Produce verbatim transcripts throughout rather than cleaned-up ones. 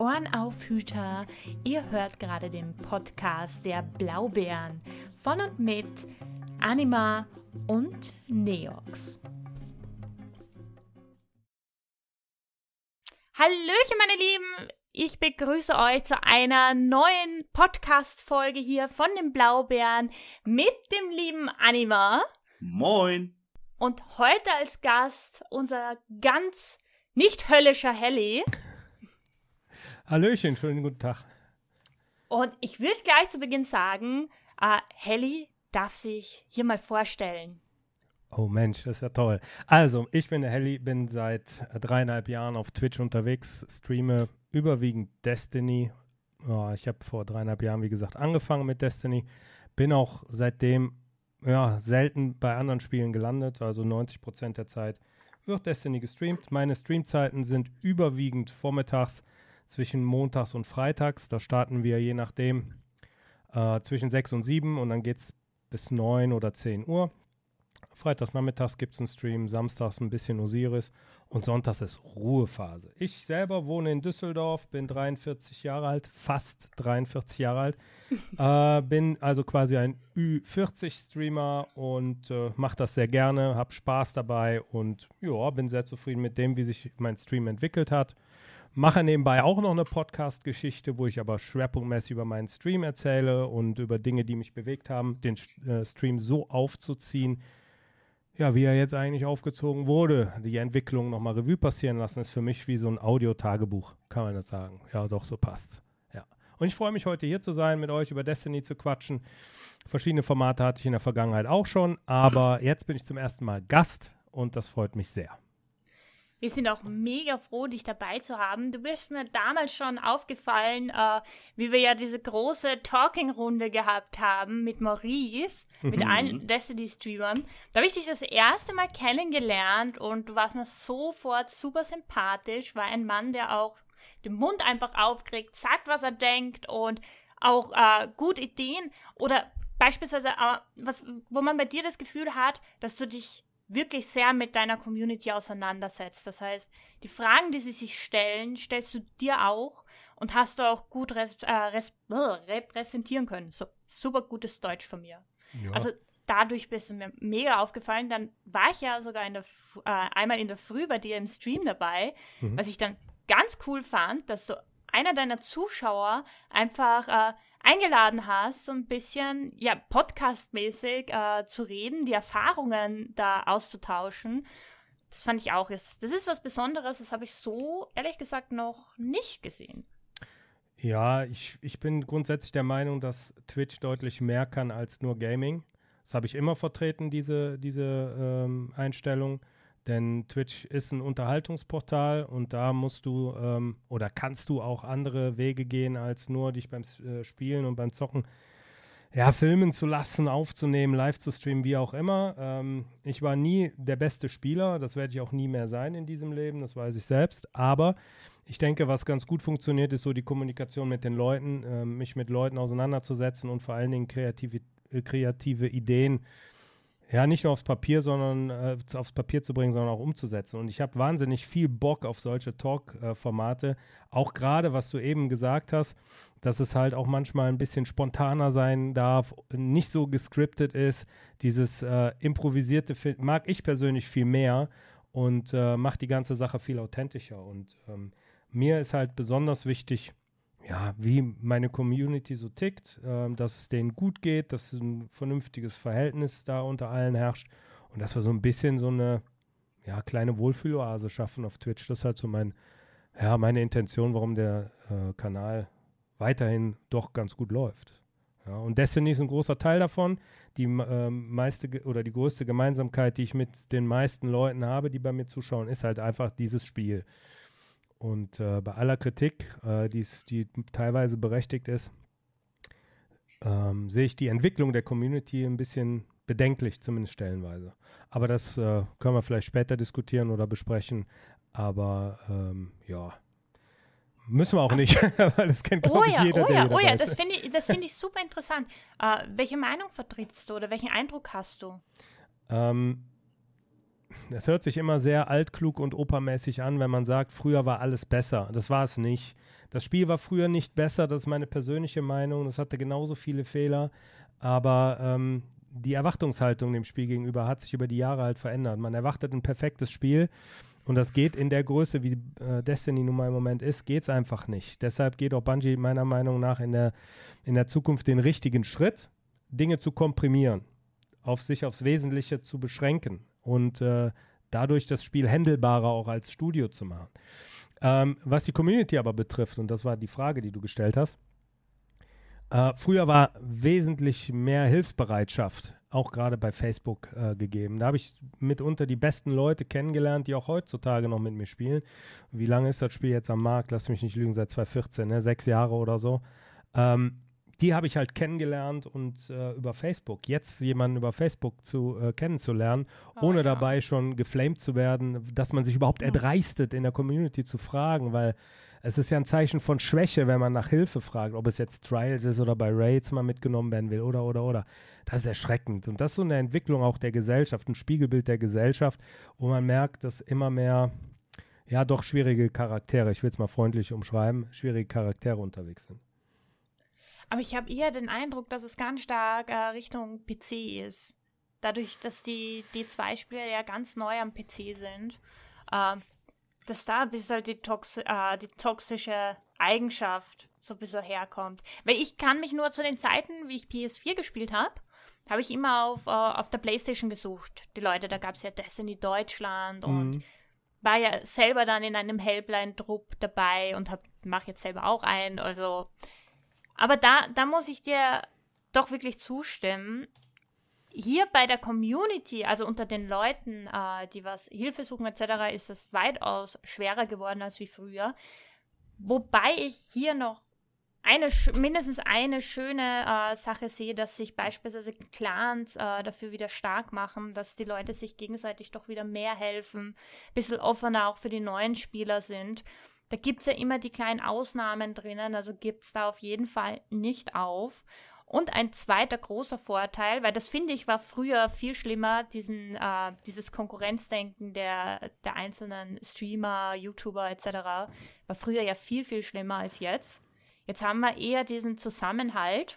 Ohrenaufhüter. Ihr hört gerade den Podcast der Blaubeeren von und mit Anima und Neox. Hallöchen, meine Lieben! Ich begrüße euch zu einer neuen Podcast-Folge hier von den Blaubeeren mit dem lieben Anima. Moin! Und heute als Gast unser ganz nicht höllischer Helly. Hallöchen, schönen guten Tag. Und ich würde gleich zu Beginn sagen, äh, Helly darf sich hier mal vorstellen. Oh Mensch, das ist ja toll. Also, ich bin der Helly, bin seit dreieinhalb Jahren auf Twitch unterwegs, streame überwiegend Destiny. Ja, ich habe vor dreieinhalb Jahren, wie gesagt, angefangen mit Destiny. Bin auch seitdem ja, selten bei anderen Spielen gelandet, also neunzig Prozent der Zeit wird Destiny gestreamt. Meine Streamzeiten sind überwiegend vormittags zwischen montags und freitags. Da starten wir je nachdem äh, zwischen sechs und sieben und dann geht es bis neun oder zehn Uhr. Freitags nachmittags gibt es einen Stream, samstags ein bisschen Osiris und sonntags ist Ruhephase. Ich selber wohne in Düsseldorf, bin dreiundvierzig Jahre alt, fast dreiundvierzig Jahre alt, äh, bin also quasi ein Ü vierzig Streamer und äh, mache das sehr gerne, habe Spaß dabei und ja, bin sehr zufrieden mit dem, wie sich mein Stream entwickelt hat. Mache nebenbei auch noch eine Podcast-Geschichte, wo ich aber schwerpunktmäßig über meinen Stream erzähle und über Dinge, die mich bewegt haben, den äh, Stream so aufzuziehen, ja, wie er jetzt eigentlich aufgezogen wurde. Die Entwicklung nochmal Revue passieren lassen, ist für mich wie so ein Audio-Tagebuch, kann man das sagen. Ja, doch, so passt's. Ja. Und ich freue mich, heute hier zu sein, mit euch über Destiny zu quatschen. Verschiedene Formate hatte ich in der Vergangenheit auch schon, aber jetzt bin ich zum ersten Mal Gast und das freut mich sehr. Wir sind auch mega froh, dich dabei zu haben. Du bist mir damals schon aufgefallen, äh, wie wir ja diese große Talking-Runde gehabt haben mit Maurice, mit Mhm. allen Destiny-Streamern. Da habe ich dich das erste Mal kennengelernt und du warst mir sofort super sympathisch. War ein Mann, der auch den Mund einfach aufkriegt, sagt, was er denkt und auch äh, gut Ideen oder beispielsweise, äh, was, wo man bei dir das Gefühl hat, dass du dich wirklich sehr mit deiner Community auseinandersetzt. Das heißt, die Fragen, die sie sich stellen, stellst du dir auch und hast du auch gut res- äh, res- äh, repräsentieren können. So, super gutes Deutsch von mir. Ja. Also dadurch bist du mir mega aufgefallen. Dann war ich ja sogar in der, F- äh, einmal in der Früh bei dir im Stream dabei, Mhm. was ich dann ganz cool fand, dass du einer deiner Zuschauer einfach äh, eingeladen hast, so ein bisschen, ja, podcastmäßig äh, zu reden, die Erfahrungen da auszutauschen. Das fand ich auch, ist, das ist was Besonderes, das habe ich so, ehrlich gesagt, noch nicht gesehen. Ja, ich, ich bin grundsätzlich der Meinung, dass Twitch deutlich mehr kann als nur Gaming. Das habe ich immer vertreten, diese, diese ähm, Einstellung. Denn Twitch ist ein Unterhaltungsportal und da musst du ähm, oder kannst du auch andere Wege gehen, als nur dich beim äh, Spielen und beim Zocken ja, filmen zu lassen, aufzunehmen, live zu streamen, wie auch immer. Ähm, ich war nie der beste Spieler, das werde ich auch nie mehr sein in diesem Leben, das weiß ich selbst. Aber ich denke, was ganz gut funktioniert, ist so die Kommunikation mit den Leuten, äh, mich mit Leuten auseinanderzusetzen und vor allen Dingen kreative, äh, kreative Ideen ja, nicht nur aufs Papier, sondern äh, aufs Papier zu bringen, sondern auch umzusetzen. Und ich habe wahnsinnig viel Bock auf solche Talk-Formate. Auch gerade, was du eben gesagt hast, dass es halt auch manchmal ein bisschen spontaner sein darf, nicht so gescriptet ist. Dieses äh, improvisierte fi- mag ich persönlich viel mehr und äh, macht die ganze Sache viel authentischer. Und ähm, mir ist halt besonders wichtig, ja, wie meine Community so tickt, ähm, dass es denen gut geht, dass ein vernünftiges Verhältnis da unter allen herrscht und dass wir so ein bisschen so eine ja, kleine Wohlfühloase schaffen auf Twitch. Das ist halt so mein, ja, meine Intention, warum der äh, Kanal weiterhin doch ganz gut läuft. Ja, und Destiny ist ein großer Teil davon. Die ähm, meiste ge- oder die größte Gemeinsamkeit, die ich mit den meisten Leuten habe, die bei mir zuschauen, ist halt einfach dieses Spiel. Und äh, bei aller Kritik, äh, die's, die teilweise berechtigt ist, ähm, sehe ich die Entwicklung der Community ein bisschen bedenklich, zumindest stellenweise. Aber das äh, können wir vielleicht später diskutieren oder besprechen. Aber ähm, ja, müssen wir auch nicht, weil das kennt, glaube Oh ich, ja, jeder, oh der ja, hier oh dabei ja, ist. das finde ich, das finde ich super interessant. Äh, welche Meinung vertrittst du oder welchen Eindruck hast du? Ähm, es hört sich immer sehr altklug und opermäßig an, wenn man sagt, früher war alles besser. Das war es nicht. Das Spiel war früher nicht besser, das ist meine persönliche Meinung. Das hatte genauso viele Fehler, aber ähm, die Erwartungshaltung dem Spiel gegenüber hat sich über die Jahre halt verändert. Man erwartet ein perfektes Spiel und das geht in der Größe, wie äh, Destiny nun mal im Moment ist, geht es einfach nicht. Deshalb geht auch Bungie meiner Meinung nach in der, in der Zukunft den richtigen Schritt, Dinge zu komprimieren, auf sich aufs Wesentliche zu beschränken und äh, dadurch das Spiel handelbarer auch als Studio zu machen. Ähm, was die Community aber betrifft, und das war die Frage, die du gestellt hast, äh, früher war wesentlich mehr Hilfsbereitschaft, auch gerade bei Facebook äh, gegeben. Da habe ich mitunter die besten Leute kennengelernt, die auch heutzutage noch mit mir spielen. Wie lange ist das Spiel jetzt am Markt? Lass mich nicht lügen, seit zwanzig vierzehn, ne? sechs Jahre oder so. Ähm, die habe ich halt kennengelernt und äh, über Facebook. Jetzt jemanden über Facebook zu äh, kennenzulernen, oh, ohne ja. dabei schon geflamed zu werden, dass man sich überhaupt ja. erdreistet, in der Community zu fragen, weil es ist ja ein Zeichen von Schwäche, wenn man nach Hilfe fragt, ob es jetzt Trials ist oder bei Raids mal mitgenommen werden will oder, oder, oder. Das ist erschreckend. Und das ist so eine Entwicklung auch der Gesellschaft, ein Spiegelbild der Gesellschaft, wo man merkt, dass immer mehr, ja doch schwierige Charaktere, ich will es mal freundlich umschreiben, schwierige Charaktere unterwegs sind. Aber ich habe eher den Eindruck, dass es ganz stark äh, Richtung P C ist. Dadurch, dass die D zwei Spiele ja ganz neu am P C sind, äh, dass da ein bisschen die, Toxi- äh, die toxische Eigenschaft so ein bisschen herkommt. Weil ich kann mich nur zu den Zeiten, wie ich P S vier gespielt habe, habe ich immer auf, äh, auf der PlayStation gesucht. Die Leute, da gab es ja Destiny Deutschland und mhm. war ja selber dann in einem Helpline-Trupp dabei und mache jetzt selber auch ein, also aber da, da muss ich dir doch wirklich zustimmen. Hier bei der Community, also unter den Leuten, äh, die was Hilfe suchen et cetera, ist das weitaus schwerer geworden als wie früher. Wobei ich hier noch eine, mindestens eine schöne äh, Sache sehe, dass sich beispielsweise Clans äh, dafür wieder stark machen, dass die Leute sich gegenseitig doch wieder mehr helfen, ein bisschen offener auch für die neuen Spieler sind. Da gibt es ja immer die kleinen Ausnahmen drinnen, also gibt es da auf jeden Fall nicht auf. Und ein zweiter großer Vorteil, weil das finde ich war früher viel schlimmer, diesen, äh, dieses Konkurrenzdenken der, der einzelnen Streamer, YouTuber et cetera, war früher ja viel, viel schlimmer als jetzt. Jetzt haben wir eher diesen Zusammenhalt.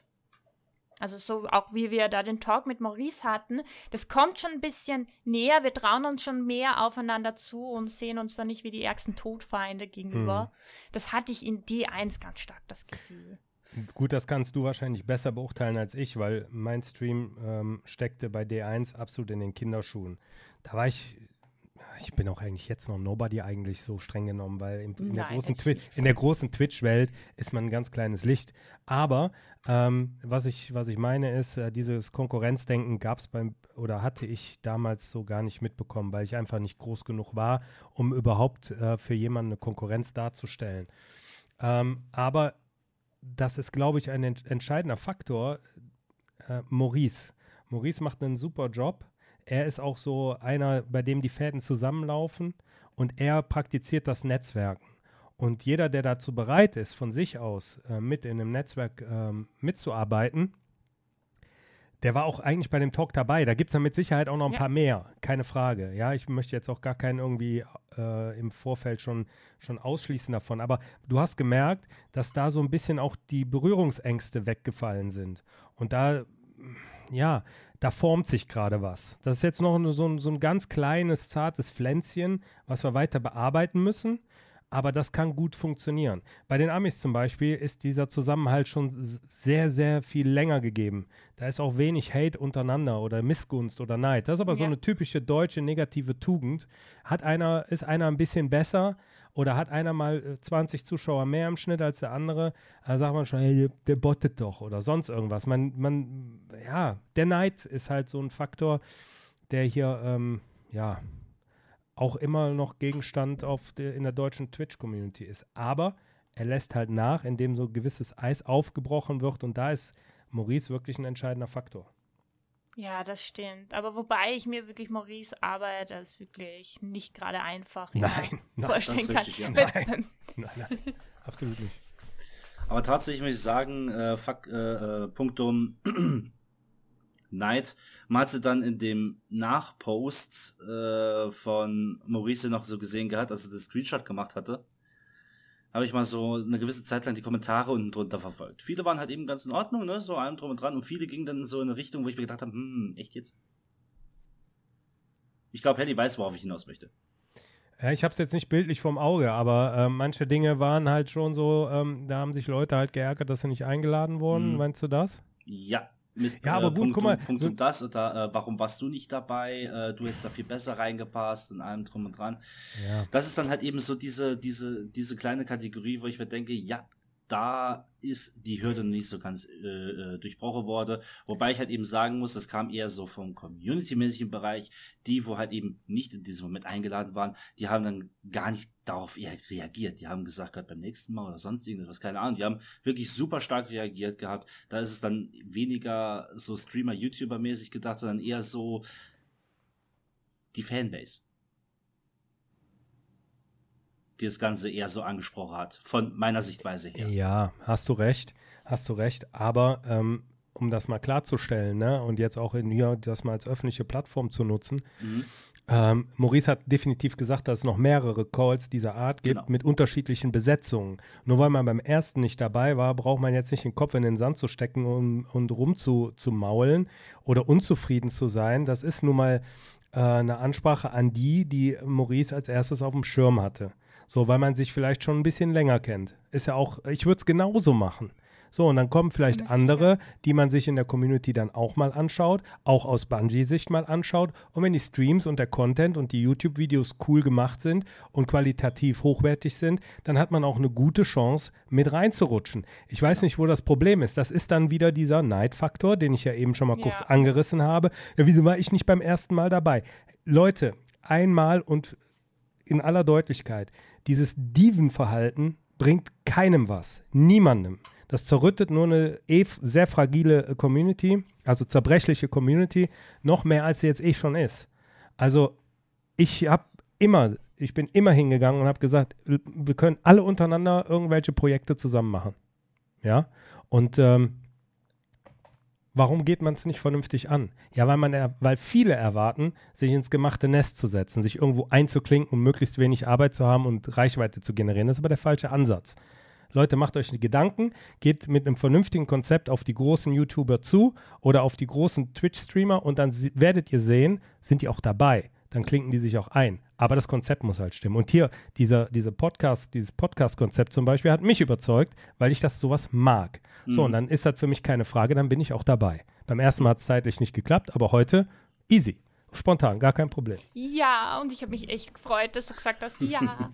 Also so auch wie wir da den Talk mit Maurice hatten, das kommt schon ein bisschen näher, wir trauen uns schon mehr aufeinander zu und sehen uns dann nicht wie die ärgsten Todfeinde gegenüber. Hm. Das hatte ich in D eins ganz stark, das Gefühl. Gut, das kannst du wahrscheinlich besser beurteilen als ich, weil mein Stream ähm, steckte bei D eins absolut in den Kinderschuhen. Da war ich, ich bin auch eigentlich jetzt noch Nobody eigentlich so streng genommen, weil in, in, Nein, der, großen Twi- so. in der großen Twitch-Welt ist man ein ganz kleines Licht. Aber ähm, was ich, was ich meine ist, äh, dieses Konkurrenzdenken gab es beim, oder hatte ich damals so gar nicht mitbekommen, weil ich einfach nicht groß genug war, um überhaupt äh, für jemanden eine Konkurrenz darzustellen. Ähm, aber das ist, glaube ich, ein ent- entscheidender Faktor. Äh, Maurice. Maurice macht einen super Job. Er ist auch so einer, bei dem die Fäden zusammenlaufen und er praktiziert das Netzwerken. Und jeder, der dazu bereit ist, von sich aus äh, mit in einem Netzwerk ähm, mitzuarbeiten, der war auch eigentlich bei dem Talk dabei. Da gibt es dann mit Sicherheit auch noch ein ja. paar mehr, keine Frage. Ja, ich möchte jetzt auch gar keinen irgendwie äh, im Vorfeld schon, schon ausschließen davon. Aber du hast gemerkt, dass da so ein bisschen auch die Berührungsängste weggefallen sind. Und da, ja, da formt sich gerade was. Das ist jetzt noch so ein, so ein ganz kleines, zartes Pflänzchen, was wir weiter bearbeiten müssen. Aber das kann gut funktionieren. Bei den Amis zum Beispiel ist dieser Zusammenhalt schon sehr, sehr viel länger gegeben. Da ist auch wenig Hate untereinander oder Missgunst oder Neid. Das ist aber ja. so eine typische deutsche negative Tugend. Hat einer, ist einer ein bisschen besser oder hat einer mal zwanzig Zuschauer mehr im Schnitt als der andere, da sagt man schon, hey, der, der bottet doch oder sonst irgendwas. Man, man, ja, der Neid ist halt so ein Faktor, der hier, ähm, ja, auch immer noch Gegenstand auf der, in der deutschen Twitch-Community ist. Aber er lässt halt nach, indem so gewisses Eis aufgebrochen wird und da ist Maurice wirklich ein entscheidender Faktor. Ja, das stimmt. Aber wobei ich mir wirklich Maurice Arbeit als wirklich nicht gerade einfach nein, nein, vorstellen kann. Richtig, ja. Nein, nein, nein, absolut nicht. Aber tatsächlich muss ich sagen, äh, fuck, äh, äh, Punktum Neid. Man hat sie dann in dem Nachpost äh, von Maurice noch so gesehen gehabt, als er das Screenshot gemacht hatte. Habe ich mal so eine gewisse Zeit lang die Kommentare unten drunter verfolgt. Viele waren halt eben ganz in Ordnung, ne, so allem drum und dran. Und viele gingen dann so in eine Richtung, wo ich mir gedacht habe, hm, echt jetzt? Ich glaube, Helly weiß, worauf ich hinaus möchte. Ja, ich habe es jetzt nicht bildlich vom Auge, aber äh, manche Dinge waren halt schon so, ähm, da haben sich Leute halt geärgert, dass sie nicht eingeladen wurden. Mhm. Meinst du das? Ja. Mit, ja, aber äh, gut, Punkt guck mal. Und, Punkt so und das oder äh, warum warst du nicht dabei? Äh, du hättest da viel besser reingepasst und allem drum und dran. Ja. Das ist dann halt eben so diese, diese, diese kleine Kategorie, wo ich mir denke, ja, da ist die Hürde nicht so ganz äh, durchbrochen worden. Wobei ich halt eben sagen muss, das kam eher so vom community-mäßigen Bereich. Die, wo halt eben nicht in diesem Moment eingeladen waren, die haben dann gar nicht darauf eher reagiert. Die haben gesagt, gerade beim nächsten Mal oder sonst irgendwas, keine Ahnung. Die haben wirklich super stark reagiert gehabt. Da ist es dann weniger so Streamer-YouTuber-mäßig gedacht, sondern eher so die Fanbase, die das Ganze eher so angesprochen hat, von meiner Sichtweise her. Ja, hast du recht, hast du recht, aber ähm, um das mal klarzustellen, ne, und jetzt auch in hier das mal als öffentliche Plattform zu nutzen, Mhm. ähm, Maurice hat definitiv gesagt, dass es noch mehrere Calls dieser Art gibt, Genau. mit unterschiedlichen Besetzungen. Nur weil man beim ersten nicht dabei war, braucht man jetzt nicht den Kopf in den Sand zu stecken und, und rumzumaulen oder unzufrieden zu sein. Das ist nun mal äh, eine Ansprache an die, die Maurice als erstes auf dem Schirm hatte. So, weil man sich vielleicht schon ein bisschen länger kennt. Ist ja auch, ich würde es genauso machen. So, und dann kommen vielleicht Ziemlich andere, sicher. die man sich in der Community dann auch mal anschaut, auch aus Bungie-Sicht mal anschaut. Und wenn die Streams und der Content und die YouTube-Videos cool gemacht sind und qualitativ hochwertig sind, dann hat man auch eine gute Chance, mit reinzurutschen. Ich weiß nicht, wo das Problem ist. Das ist dann wieder dieser Neidfaktor, den ich ja eben schon mal kurz Ja. angerissen habe. Ja, wieso war ich nicht beim ersten Mal dabei? Leute, einmal und in aller Deutlichkeit, dieses Dievenverhalten bringt keinem was. Niemandem. Das zerrüttet nur eine eh f- sehr fragile äh, Community, also zerbrechliche Community, noch mehr als sie jetzt eh schon ist. Also ich habe immer, ich bin immer hingegangen und habe gesagt, l- wir können alle untereinander irgendwelche Projekte zusammen machen. Ja, und ähm, warum geht man es nicht vernünftig an? Ja, weil man, er, weil viele erwarten, sich ins gemachte Nest zu setzen, sich irgendwo einzuklinken, um möglichst wenig Arbeit zu haben und Reichweite zu generieren. Das ist aber der falsche Ansatz. Leute, macht euch Gedanken, geht mit einem vernünftigen Konzept auf die großen YouTuber zu oder auf die großen Twitch-Streamer und dann sie- werdet ihr sehen, sind die auch dabei. Dann klinken die sich auch ein. Aber das Konzept muss halt stimmen. Und hier, dieser, dieser Podcast, dieses Podcast-Konzept zum Beispiel, hat mich überzeugt, weil ich das sowas mag. So, Mhm. und dann ist das für mich keine Frage, dann bin ich auch dabei. Beim ersten Mal hat es zeitlich nicht geklappt, aber heute easy. Spontan, gar kein Problem. Ja, und ich habe mich echt gefreut, dass du gesagt hast, ja.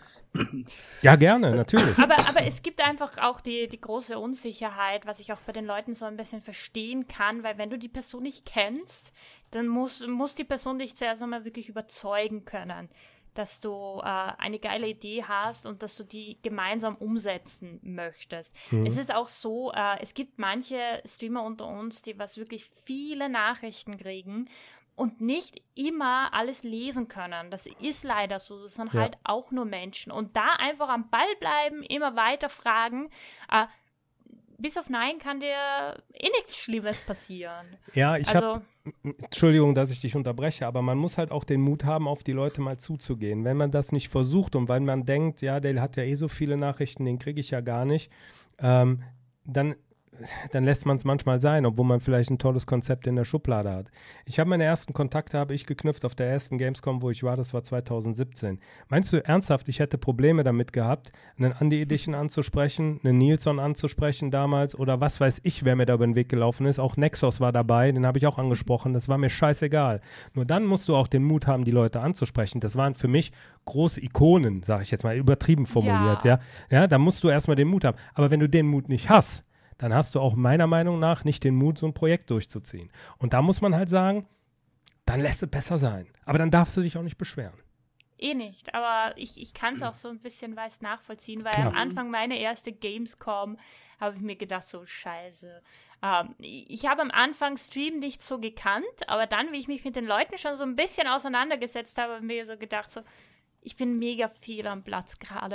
Ja, gerne, natürlich. Aber, aber es gibt einfach auch die, die große Unsicherheit, was ich auch bei den Leuten so ein bisschen verstehen kann, weil wenn du die Person nicht kennst, dann muss, muss die Person dich zuerst einmal wirklich überzeugen können, dass du äh, eine geile Idee hast und dass du die gemeinsam umsetzen möchtest. Mhm. Es ist auch so, äh, es gibt manche Streamer unter uns, die was wirklich viele Nachrichten kriegen und nicht immer alles lesen können. Das ist leider so. Das sind Ja. halt auch nur Menschen. Und da einfach am Ball bleiben, immer weiter fragen. Äh, bis auf Nein kann dir eh nichts Schlimmes passieren. Ja, ich habe, Also, Entschuldigung, dass ich dich unterbreche, aber man muss halt auch den Mut haben, auf die Leute mal zuzugehen. Wenn man das nicht versucht und weil man denkt, ja, der hat ja eh so viele Nachrichten, den kriege ich ja gar nicht, ähm, dann, dann lässt man es manchmal sein, obwohl man vielleicht ein tolles Konzept in der Schublade hat. Ich habe meine ersten Kontakte habe ich geknüpft auf der ersten Gamescom, wo ich war, das war zwanzig siebzehn. Meinst du ernsthaft, ich hätte Probleme damit gehabt, einen Andy Edition anzusprechen, einen Nilsson anzusprechen damals oder was weiß ich, wer mir da über den Weg gelaufen ist. Auch Nexus war dabei, den habe ich auch angesprochen, das war mir scheißegal. Nur dann musst du auch den Mut haben, die Leute anzusprechen. Das waren für mich große Ikonen, sage ich jetzt mal, übertrieben formuliert. Ja, ja, da musst du erstmal den Mut haben. Aber wenn du den Mut nicht hast, dann hast du auch meiner Meinung nach nicht den Mut, so ein Projekt durchzuziehen. Und da muss man halt sagen, dann lässt es besser sein. Aber dann darfst du dich auch nicht beschweren. eh nicht. Aber ich, ich kann es auch so ein bisschen weiß nachvollziehen, weil Klar. am Anfang meine erste Gamescom habe ich mir gedacht, so scheiße. Ähm, ich habe am Anfang Stream nicht so gekannt, aber dann, wie ich mich mit den Leuten schon so ein bisschen auseinandergesetzt habe, habe ich mir so gedacht, so, ich bin mega viel am Platz gerade.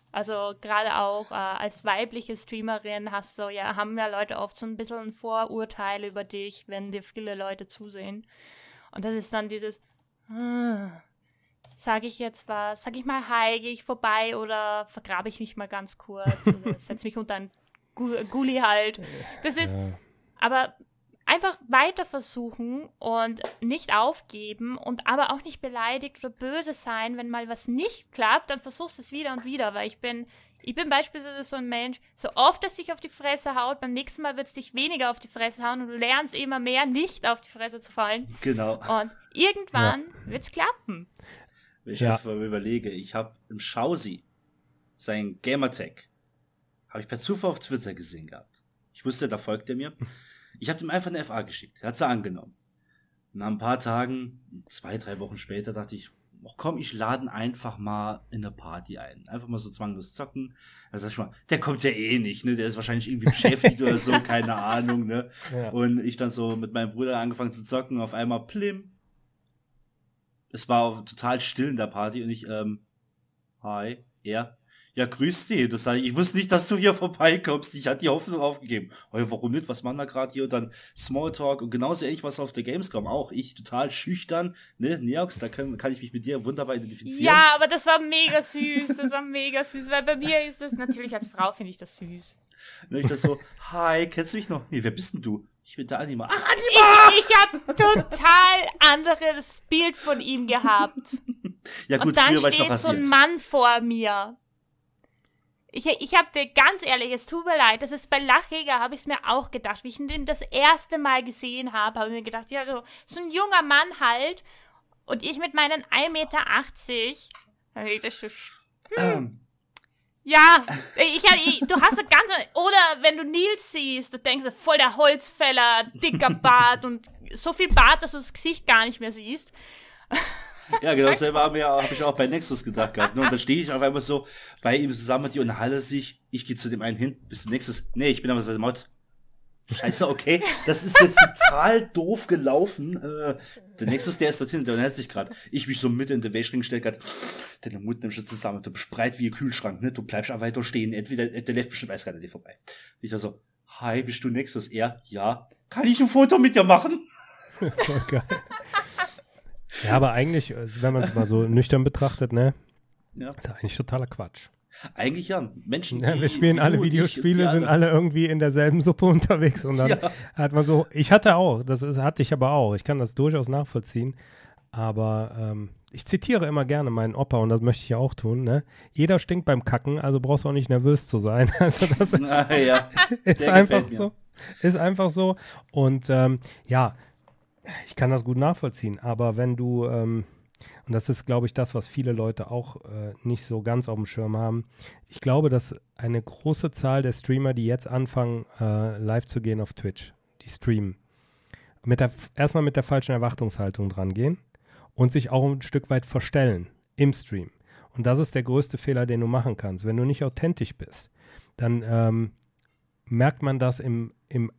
Also gerade auch äh, als weibliche Streamerin hast du ja, haben ja Leute oft so ein bisschen ein Vorurteil über dich, wenn dir viele Leute zusehen. Und das ist dann dieses, hm, sage ich jetzt was, sage ich mal hi, gehe ich vorbei oder vergrabe ich mich mal ganz kurz oder setze mich unter ein Gu- Gully halt. Das ist, Ja. aber einfach weiter versuchen und nicht aufgeben und aber auch nicht beleidigt oder böse sein, wenn mal was nicht klappt, dann versuchst du es wieder und wieder, weil ich bin, ich bin beispielsweise so ein Mensch, so oft es dich auf die Fresse haut, beim nächsten Mal wird es dich weniger auf die Fresse hauen und du lernst immer mehr, nicht auf die Fresse zu fallen. Genau. Und irgendwann wird es klappen. Wenn ich Ja. mir überlege, ich habe im Schausi sein Gamertag, habe ich per Zufall auf Twitter gesehen gehabt. Ich wusste, da folgt er mir. Ich habe ihm einfach eine F A geschickt. Er hat sie angenommen. Nach ein paar Tagen, zwei, drei Wochen später, dachte ich, ach komm, ich lade ihn einfach mal in eine Party ein. Einfach mal so zwanglos zocken. Da sag ich mal, der kommt ja eh nicht, ne? Der ist wahrscheinlich irgendwie beschäftigt oder so, keine Ahnung, ne? Ja. Und ich dann so mit meinem Bruder angefangen zu zocken, auf einmal plim. Es war auch total still in der Party und ich, ähm, hi, er, ja, grüß dich. Das sag ich, ich wusste nicht, dass du hier vorbeikommst. Ich hatte die Hoffnung aufgegeben. Oh, ja, warum nicht? Was machen wir gerade hier? Und dann Smalltalk und genauso ähnlich was auf der Gamescom auch. Ich total schüchtern, ne? Neox, da kann, kann ich mich mit dir wunderbar identifizieren. Ja, aber das war mega süß, das war mega süß, weil bei mir ist das natürlich als Frau, finde ich das süß. Ne, ich das so, hi, kennst du mich noch? Nee, wer bist denn du? Ich bin der Anima. Ach, Anima! Ich, ich habe total anderes Bild von ihm gehabt. Ja gut, Und dann früher war ich noch steht so ein rasiert. Mann vor mir. Ich, ich habe dir ganz ehrlich, es tut mir leid, das ist bei Lachjäger, habe ich es mir auch gedacht. Wie ich ihn das erste Mal gesehen habe, habe ich mir gedacht, ja, so, so ein junger Mann halt. Und ich mit meinen ein Meter achtzig, da hab ich das so, hm. Ja, ich, ich, du hast eine ganz, oder wenn du Nils siehst, du denkst, voll der Holzfäller, dicker Bart und so viel Bart, dass du das Gesicht gar nicht mehr siehst. Ja, genau, selber habe hab ich auch bei Nexus gedacht gehabt. Ne? Und dann stehe ich auf einmal so bei ihm zusammen, die unterhalten sich. Ich gehe zu dem einen hin, bis zum Nexus. Nee, ich bin aber seit Mod. Scheiße, okay. Das ist jetzt total doof gelaufen. Äh, der Nexus, der ist dorthin, der unterhält sich gerade. Ich mich so mit in den Wäschring gestellt gerade. Deine Mut nimmst du zusammen. Du bist breit wie ein Kühlschrank, ne? Du bleibst einfach weiter stehen. Entweder, der läuft bestimmt eiskalt an dir vorbei. Ich da so, hi, bist du Nexus? Er, ja. Kann ich ein Foto mit dir machen? Voll geil. Ja, aber eigentlich, wenn man es mal so nüchtern betrachtet, ne, Ja. ist eigentlich totaler Quatsch. Eigentlich ja. Menschen, Ja, die- wir spielen wie alle du und ich, Videospiele, die sind alle irgendwie in derselben Suppe unterwegs und dann Ja. hat man so, ich hatte auch, das ist, hatte ich aber auch, ich kann das durchaus nachvollziehen, aber ähm, ich zitiere immer gerne meinen Opa und das möchte ich ja auch tun, ne? Jeder stinkt beim Kacken, also brauchst du auch nicht nervös zu sein. Also das ist, Ah, ja. ist Der einfach gefällt mir. so. Ist einfach so. Und ähm, ja, ich kann das gut nachvollziehen, aber wenn du, ähm, und das ist, glaube ich, das, was viele Leute auch äh, nicht so ganz auf dem Schirm haben, ich glaube, dass eine große Zahl der Streamer, die jetzt anfangen, äh, live zu gehen auf Twitch, die streamen, mit der, erstmal mit der falschen Erwartungshaltung dran gehen und sich auch ein Stück weit verstellen im Stream. Und das ist der größte Fehler, den du machen kannst. Wenn du nicht authentisch bist, dann ähm, merkt man das im, im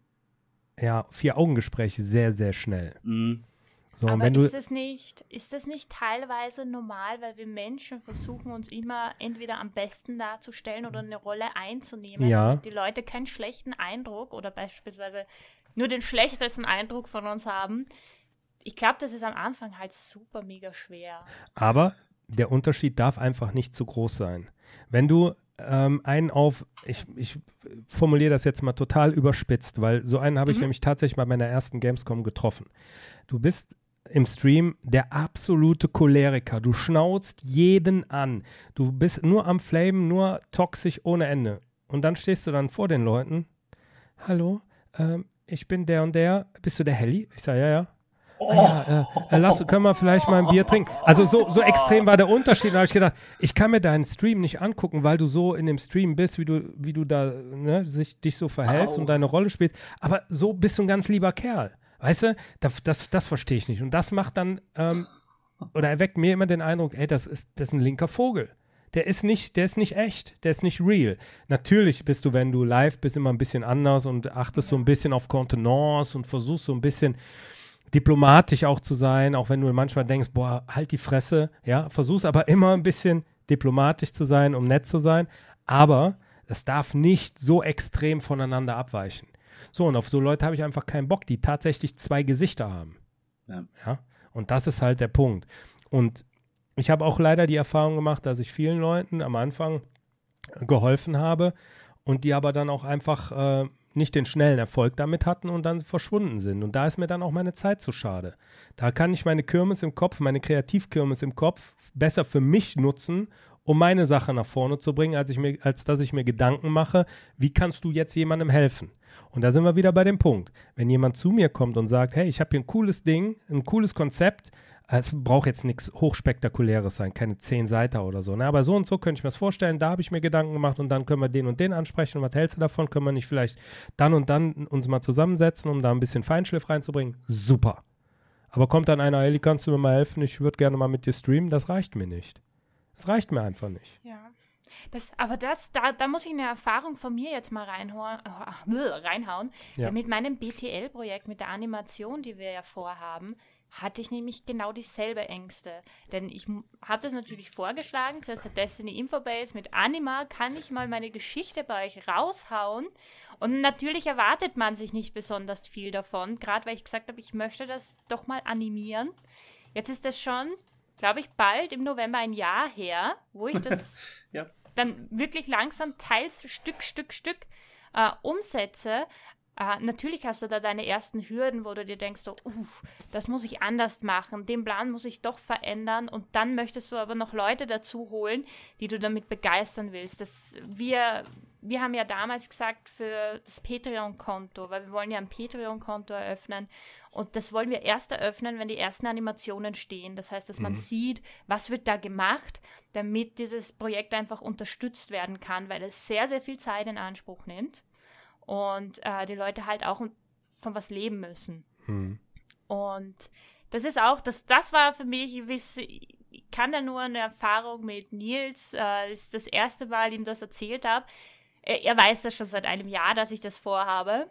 ja, Vier-Augen-Gespräch sehr, sehr schnell. Mhm. So, und Aber wenn du, ist das nicht, ist das nicht teilweise normal, weil wir Menschen versuchen, uns immer entweder am besten darzustellen oder eine Rolle einzunehmen, Ja. damit die Leute keinen schlechten Eindruck oder beispielsweise nur den schlechtesten Eindruck von uns haben. Ich glaube, das ist am Anfang halt super mega schwer. aber der Unterschied darf einfach nicht zu groß sein. Wenn du ähm, einen auf, ich, ich formuliere das jetzt mal total überspitzt, weil so einen habe ich Mhm. nämlich tatsächlich bei meiner ersten Gamescom getroffen. Du bist im Stream der absolute Choleriker. Du schnauzt jeden an. Du bist nur am Flamen, nur toxisch ohne Ende. Und dann stehst du dann vor den Leuten. Hallo, ähm, ich bin der und der. Bist du der Helly? Ich sage, ja, ja. Ah, ja, äh, äh, lass, können wir vielleicht mal ein Bier trinken? Also so, so extrem war der Unterschied. Da habe ich gedacht, ich kann mir deinen Stream nicht angucken, weil du so in dem Stream bist, wie du, wie du da ne, sich, dich so verhältst Au. und deine Rolle spielst. Aber so bist du ein ganz lieber Kerl. Weißt du, das, das, das verstehe ich nicht. Und das macht dann, ähm, oder erweckt mir immer den Eindruck, ey, das ist, das ist ein linker Vogel. Der ist nicht, der ist nicht echt, der ist nicht real. Natürlich bist du, wenn du live bist, immer ein bisschen anders und achtest so ein bisschen auf Kontenance und versuchst so ein bisschen diplomatisch auch zu sein, auch wenn du manchmal denkst, boah, halt die Fresse, ja, versuch's aber immer ein bisschen diplomatisch zu sein, um nett zu sein, aber es darf nicht so extrem voneinander abweichen. So, und auf so Leute habe ich einfach keinen Bock, die tatsächlich zwei Gesichter haben. Ja. Ja? Und das ist halt der Punkt. Und ich habe auch leider die Erfahrung gemacht, dass ich vielen Leuten am Anfang geholfen habe und die aber dann auch einfach äh, nicht den schnellen Erfolg damit hatten und dann verschwunden sind. Und da ist mir dann auch meine Zeit zu schade. Da kann ich meine Kirmes im Kopf, meine Kreativkirmes im Kopf besser für mich nutzen, um meine Sache nach vorne zu bringen, als, ich mir, als dass ich mir Gedanken mache, wie kannst du jetzt jemandem helfen? Und da sind wir wieder bei dem Punkt. Wenn jemand zu mir kommt und sagt, hey, ich habe hier ein cooles Ding, ein cooles Konzept, es braucht jetzt nichts Hochspektakuläres sein, keine zehn Seiten oder so, ne? Aber so und so könnte ich mir das vorstellen, da habe ich mir Gedanken gemacht und dann können wir den und den ansprechen und was hältst du davon? Können wir nicht vielleicht dann und dann uns mal zusammensetzen, um da ein bisschen Feinschliff reinzubringen? Super. Aber kommt dann einer, Eli, kannst du mir mal helfen? Ich würde gerne mal mit dir streamen. Das reicht mir nicht. Das reicht mir einfach nicht. Ja. Das, aber das, da, da muss ich eine Erfahrung von mir jetzt mal reinhauen, reinhauen. Ja. Mit meinem B T L-Projekt, mit der Animation, die wir ja vorhaben, hatte ich nämlich genau dieselbe Ängste. Denn ich habe das natürlich vorgeschlagen, zuerst der Destiny Infobase mit Anima, kann ich mal meine Geschichte bei euch raushauen. Und natürlich erwartet man sich nicht besonders viel davon, gerade weil ich gesagt habe, ich möchte das doch mal animieren. Jetzt ist das schon, glaube ich, bald im November ein Jahr her, wo ich das ja. dann wirklich langsam teils Stück, Stück, Stück äh, umsetze. Uh, natürlich hast du da deine ersten Hürden, wo du dir denkst, so, uff, das muss ich anders machen, den Plan muss ich doch verändern und dann möchtest du aber noch Leute dazu holen, die du damit begeistern willst. Das, wir, wir haben ja damals gesagt für das Patreon-Konto, weil wir wollen ja ein Patreon-Konto eröffnen und das wollen wir erst eröffnen, wenn die ersten Animationen stehen. Das heißt, dass mhm. man sieht, was wird da gemacht, damit dieses Projekt einfach unterstützt werden kann, weil es sehr, sehr viel Zeit in Anspruch nimmt. Und äh, die Leute halt auch von was leben müssen. Hm. Und das ist auch, das, das war für mich, ich kann da nur eine Erfahrung mit Nils, äh, das ist das erste Mal, ihm das erzählt habe. Er, er weiß das schon seit einem Jahr, dass ich das vorhabe.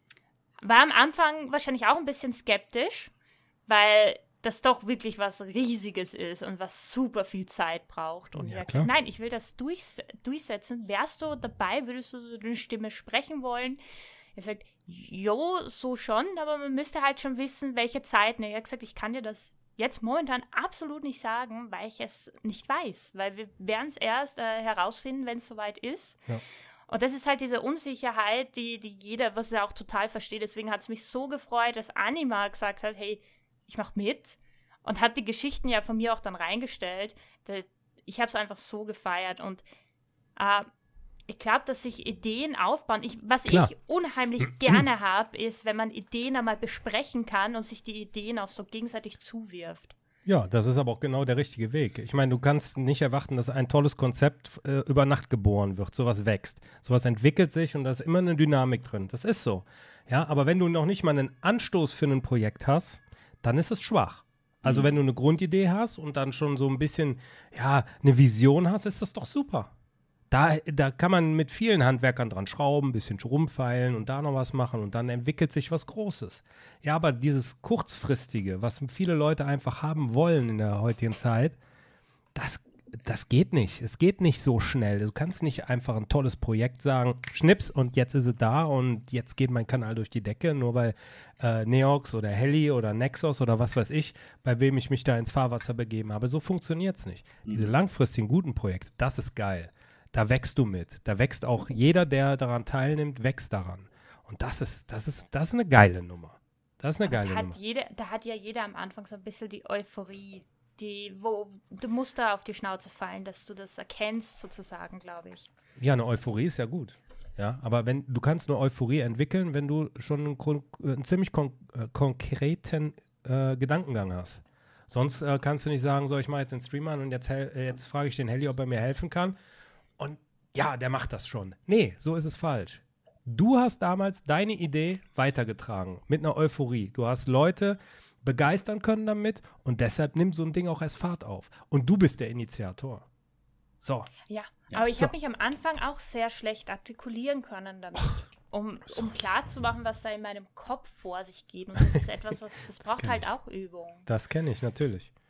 War am Anfang wahrscheinlich auch ein bisschen skeptisch, weil das doch wirklich was Riesiges ist und was super viel Zeit braucht. Und ja, er hat gesagt, nein, ich will das durchs- durchsetzen. Wärst du dabei? Würdest du so eine Stimme sprechen wollen? Er sagt, jo, so schon, aber man müsste halt schon wissen, welche Zeiten. Er hat gesagt, ich kann dir das jetzt momentan absolut nicht sagen, weil ich es nicht weiß. Weil wir werden es erst äh, herausfinden, wenn es soweit ist. Ja. Und das ist halt diese Unsicherheit, die, die jeder, was er auch total versteht. Deswegen hat es mich so gefreut, dass Anima gesagt hat, hey, ich mache mit und hat die Geschichten ja von mir auch dann reingestellt. Ich habe es einfach so gefeiert und äh, ich glaube, dass sich Ideen aufbauen. Ich, was Klar. ich unheimlich gerne habe, ist, wenn man Ideen einmal besprechen kann und sich die Ideen auch so gegenseitig zuwirft. Ja, das ist aber auch genau der richtige Weg. Ich meine, du kannst nicht erwarten, dass ein tolles Konzept äh, über Nacht geboren wird. Sowas wächst. Sowas entwickelt sich und da ist immer eine Dynamik drin. Das ist so. Ja, aber wenn du noch nicht mal einen Anstoß für ein Projekt hast, dann ist es schwach. Also mhm. wenn du eine Grundidee hast und dann schon so ein bisschen, ja, eine Vision hast, ist das doch super. Da, da kann man mit vielen Handwerkern dran schrauben, ein bisschen rumfeilen und da noch was machen und dann entwickelt sich was Großes. Ja, aber dieses Kurzfristige, was viele Leute einfach haben wollen in der heutigen Zeit, das, das geht nicht. Es geht nicht so schnell. Du kannst nicht einfach ein tolles Projekt sagen, schnips und jetzt ist es da und jetzt geht mein Kanal durch die Decke, nur weil äh, Neox oder Heli oder Nexus oder was weiß ich, bei wem ich mich da ins Fahrwasser begeben habe. So funktioniert es nicht. Mhm. Diese langfristigen guten Projekte, das ist geil. Da wächst du mit. Da wächst auch jeder, der daran teilnimmt, wächst daran. Und das ist, das ist, das ist eine geile Nummer. Das ist eine geile da Nummer. Hat jede, da hat ja jeder am Anfang so ein bisschen die Euphorie. Die, wo, du musst da auf die Schnauze fallen, dass du das erkennst, sozusagen, glaube ich. Ja, eine Euphorie ist ja gut. Ja, aber wenn du kannst nur Euphorie entwickeln, wenn du schon einen, kon- einen ziemlich kon- äh, konkreten äh, Gedankengang hast. Sonst äh, kannst du nicht sagen, so, ich mache jetzt den Stream an und jetzt, hel- äh, jetzt frage ich den Heli, ob er mir helfen kann. Und ja, der macht das schon. Nee, so ist es falsch. Du hast damals deine Idee weitergetragen mit einer Euphorie. Du hast Leute begeistern können damit und deshalb nimmt so ein Ding auch erst Fahrt auf. Und du bist der Initiator. So. Ja, ja. aber ich so. habe mich am Anfang auch sehr schlecht artikulieren können damit, um, um klarzumachen, was da in meinem Kopf vor sich geht. Und das ist etwas, was das braucht das halt ich. auch Übung. Das kenne ich, natürlich.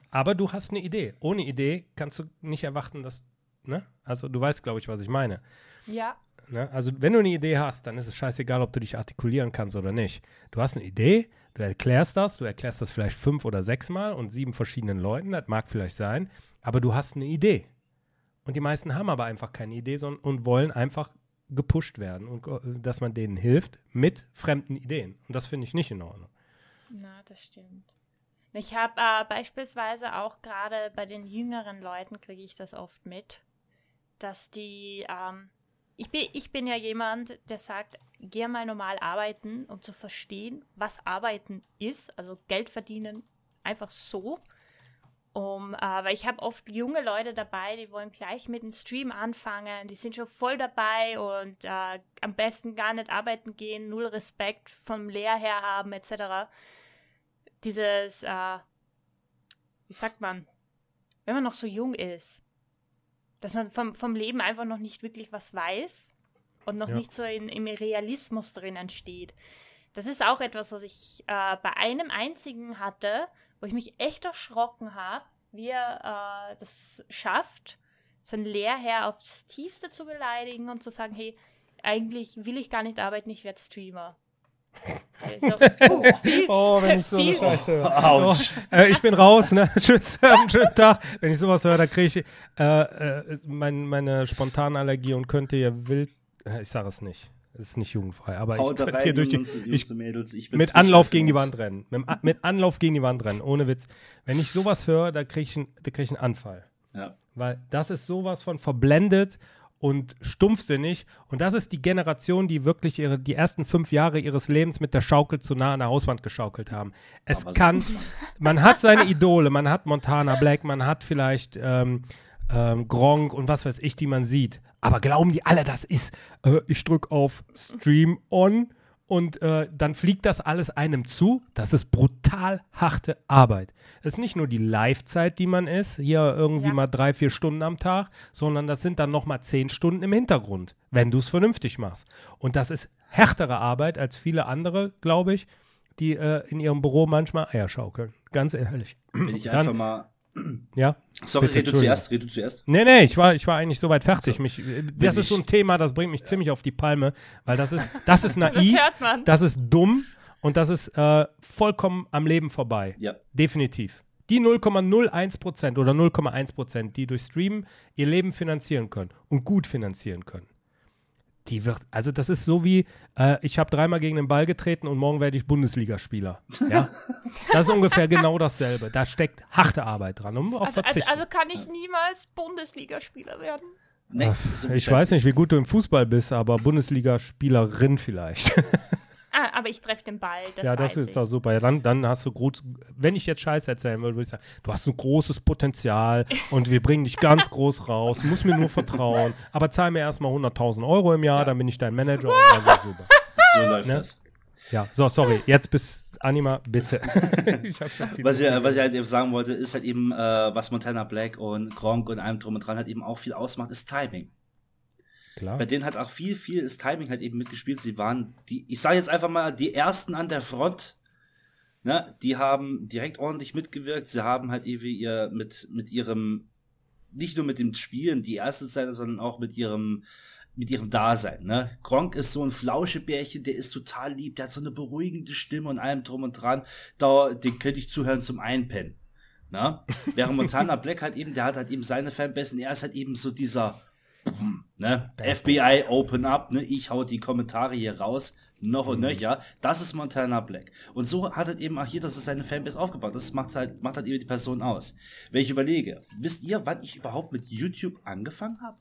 Aber du hast eine Idee. Ohne Idee kannst du nicht erwarten, dass, ne? Also du weißt, glaube ich, was ich meine. Ja. Ne? Also wenn du eine Idee hast, dann ist es scheißegal, ob du dich artikulieren kannst oder nicht. Du hast eine Idee, du erklärst das, du erklärst das vielleicht fünf oder sechs Mal und sieben verschiedenen Leuten, das mag vielleicht sein, aber du hast eine Idee. Und die meisten haben aber einfach keine Idee sondern, und wollen einfach gepusht werden und dass man denen hilft mit fremden Ideen. Und das finde ich nicht in Ordnung. Na, das stimmt. Ich habe äh, beispielsweise auch gerade bei den jüngeren Leuten kriege ich das oft mit, dass die, ähm, ich bin, ich bin ja jemand, der sagt, geh mal normal arbeiten, um zu verstehen, was Arbeiten ist, also Geld verdienen, einfach so. Um, äh, weil ich habe oft junge Leute dabei, die wollen gleich mit dem Stream anfangen, die sind schon voll dabei und äh, am besten gar nicht arbeiten gehen, null Respekt vom Lehr her haben, et cetera. Dieses, äh, wie sagt man, wenn man noch so jung ist, dass man vom, vom Leben einfach noch nicht wirklich was weiß und noch ja. nicht so in, im Realismus drinnen steht. Das ist auch etwas, was ich äh, bei einem einzigen hatte, wo ich mich echt erschrocken habe, wie er äh, das schafft, seinen Lehrherr aufs Tiefste zu beleidigen und zu sagen, hey, eigentlich will ich gar nicht arbeiten, ich werde Streamer. So, oh, viel, oh, wenn ich so viel, eine Scheiße höre. Oh, äh, ich bin raus, ne? Tschüss, einen schönen Tag. Wenn ich sowas höre, da kriege ich äh, äh, mein, meine Spontanallergie und könnte hier wild, äh, ich sage es nicht. Es ist nicht jugendfrei, aber Haut ich könnte rein, hier durch die, Jungs, Jungs ich, und Mädels, ich bin mit Anlauf gegen die Wand rennen. Mit, mit Anlauf gegen die Wand rennen, ohne Witz. Wenn ich sowas höre, da kriege ich, da krieg ich einen Anfall. Ja. Weil das ist sowas von verblendet und stumpfsinnig. Und das ist die Generation, die wirklich ihre, die ersten fünf Jahre ihres Lebens mit der Schaukel zu nah an der Hauswand geschaukelt haben. Es Aber kann, so. man hat seine Idole, man hat Montana Black, man hat vielleicht ähm, ähm, Gronk und was weiß ich, die man sieht. Aber glauben die alle, das ist, äh, ich drücke auf Stream on und äh, dann fliegt das alles einem zu? Das ist brutal harte Arbeit. Das ist nicht nur die Live-Zeit, die man ist, hier irgendwie Ja. mal drei, vier Stunden am Tag, sondern das sind dann nochmal zehn Stunden im Hintergrund, wenn du es vernünftig machst. Und das ist härtere Arbeit als viele andere, glaube ich, die äh, in ihrem Büro manchmal Eier schaukeln. Ganz ehrlich. Wenn ich Dann- einfach mal. Ja. Sorry, Bitte, red du Entschuldigung. zuerst, red du zuerst. Nee, nee, ich war, ich war eigentlich soweit fertig. So. Mich, äh, das Wenn ist so ein ich- Thema, das bringt mich ziemlich auf die Palme, weil das ist, das ist das naiv, hört man. das ist dumm und das ist äh, vollkommen am Leben vorbei. Ja. Definitiv. Die null Komma null eins Prozent oder null Komma eins Prozent, die durch Streamen ihr Leben finanzieren können und gut finanzieren können, die wird, also das ist so wie, äh, ich habe dreimal gegen den Ball getreten und morgen werde ich Bundesligaspieler. Ja? Das ist ungefähr genau dasselbe. Da steckt harte Arbeit dran. Und auch Also, also, verzichten. also kann ich niemals Bundesligaspieler werden? Nee, Ach, so ich bescheid. weiß nicht, wie gut du im Fußball bist, aber Bundesligaspielerin vielleicht. Ah, aber ich treffe den Ball, das ja, weiß das ist ich. doch super. Ja, dann, dann hast du gut, wenn ich jetzt Scheiße erzählen würde, würde ich sagen, du hast ein großes Potenzial und wir bringen dich ganz groß raus. Du musst mir nur vertrauen. Aber zahl mir erstmal hunderttausend Euro im Jahr, Ja. dann bin ich dein Manager und dann ist super. So läuft Ne? das. Ja, so, sorry. Jetzt bis Anima, bitte. ich hab schon viel Was zu ich, viel was ich halt eben sagen wollte, ist halt eben, äh, was Montana Black und Gronk und allem drum und dran halt eben auch viel ausmacht, ist Timing. Klar. Bei denen hat auch viel, viel ist Timing halt eben mitgespielt. Sie waren die, ich sage jetzt einfach mal, die ersten an der Front. Ne? Die haben direkt ordentlich mitgewirkt. Sie haben halt eben ihr mit, mit ihrem, nicht nur mit dem Spielen, die erste Zeit, sondern auch mit ihrem, mit ihrem Dasein. Ne? Gronk ist so ein Flauschebärchen, der ist total lieb, der hat so eine beruhigende Stimme und allem drum und dran. Da, den könnte ich zuhören zum Einpennen. Ne? Während Montana Black halt eben, der hat halt eben seine Fanbase und er ist halt eben so dieser Ne? F B I, open up, ne? Ich hau die Kommentare hier raus, noch und nöcher. Das ist Montana Black. Und so hat halt eben auch hier, das ist seine Fanbase aufgebaut. Das macht halt, macht halt eben die Person aus. Wenn ich überlege, wisst ihr, wann ich überhaupt mit YouTube angefangen habe?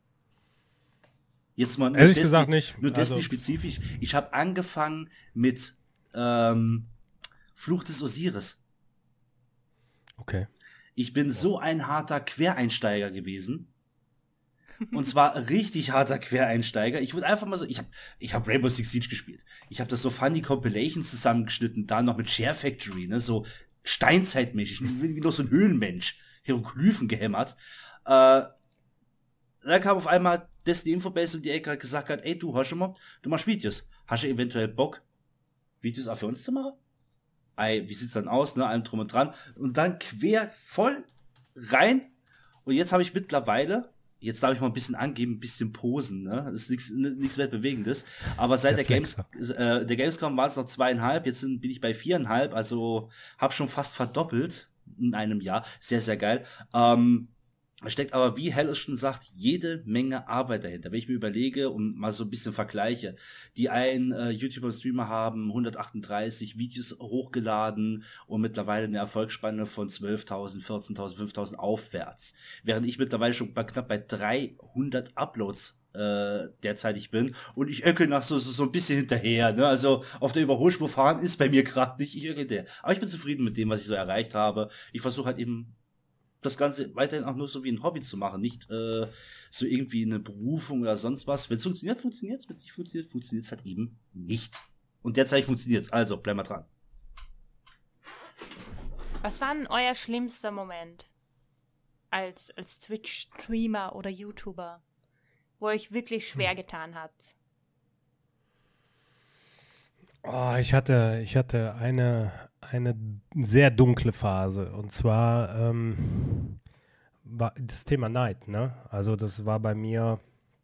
Jetzt mal nur Ehrlich Destiny- gesagt nicht. Nur Destiny Also- spezifisch. Ich habe angefangen mit ähm, Fluch des Osiris. Okay. Ich bin so ein harter Quereinsteiger gewesen. Und zwar richtig harter Quereinsteiger. Ich würde einfach mal so, ich habe ich hab Rainbow Six Siege gespielt. Ich habe das so funny Compilations zusammengeschnitten, da noch mit Share Factory, ne, so steinzeitmäßig, wie noch so ein Höhlenmensch, Hieroglyphen gehämmert. Äh, dann kam auf einmal Destiny Infobase um die Ecke, hat gesagt hat, ey, du, hör schon mal, du machst Videos. Hast du eventuell Bock, Videos auch für uns zu machen? ey, wie sieht's dann aus, ne, allem drum und dran. Und dann quer voll rein. Und jetzt habe ich mittlerweile, jetzt darf ich mal ein bisschen angeben, ein bisschen posen, ne? Das ist nichts nichts Weltbewegendes. Aber seit der, der Games, äh, der Gamescom waren es noch zweieinhalb, jetzt sind, bin ich bei viereinhalb, also habe schon fast verdoppelt in einem Jahr. Sehr, sehr geil. Ähm, Da steckt aber, wie Hell es schon sagt, jede Menge Arbeit dahinter. Wenn ich mir überlege und mal so ein bisschen vergleiche, die einen äh, YouTuber und Streamer haben hundertachtunddreißig Videos hochgeladen und mittlerweile eine Erfolgsspanne von zwölftausend, vierzehntausend, fünftausend aufwärts. Während ich mittlerweile schon bei knapp bei dreihundert Uploads äh, derzeitig bin und ich öckel nach so, so, so ein bisschen hinterher, ne? Also auf der Überholspur fahren ist bei mir gerade nicht, ich öckel hinterher. Aber ich bin zufrieden mit dem, was ich so erreicht habe. Ich versuche halt eben das Ganze weiterhin auch nur so wie ein Hobby zu machen, nicht äh, so irgendwie eine Berufung oder sonst was. Wenn es funktioniert, funktioniert es. Wenn es nicht funktioniert, funktioniert es halt eben nicht. Und derzeit funktioniert es. Also, bleib mal dran. Was war denn euer schlimmster Moment als, als Twitch-Streamer oder YouTuber, wo euch wirklich schwer hm. getan habt? Oh, ich hatte, ich hatte eine, eine sehr dunkle Phase. Und zwar ähm, war das Thema Neid, ne? Also das war bei mir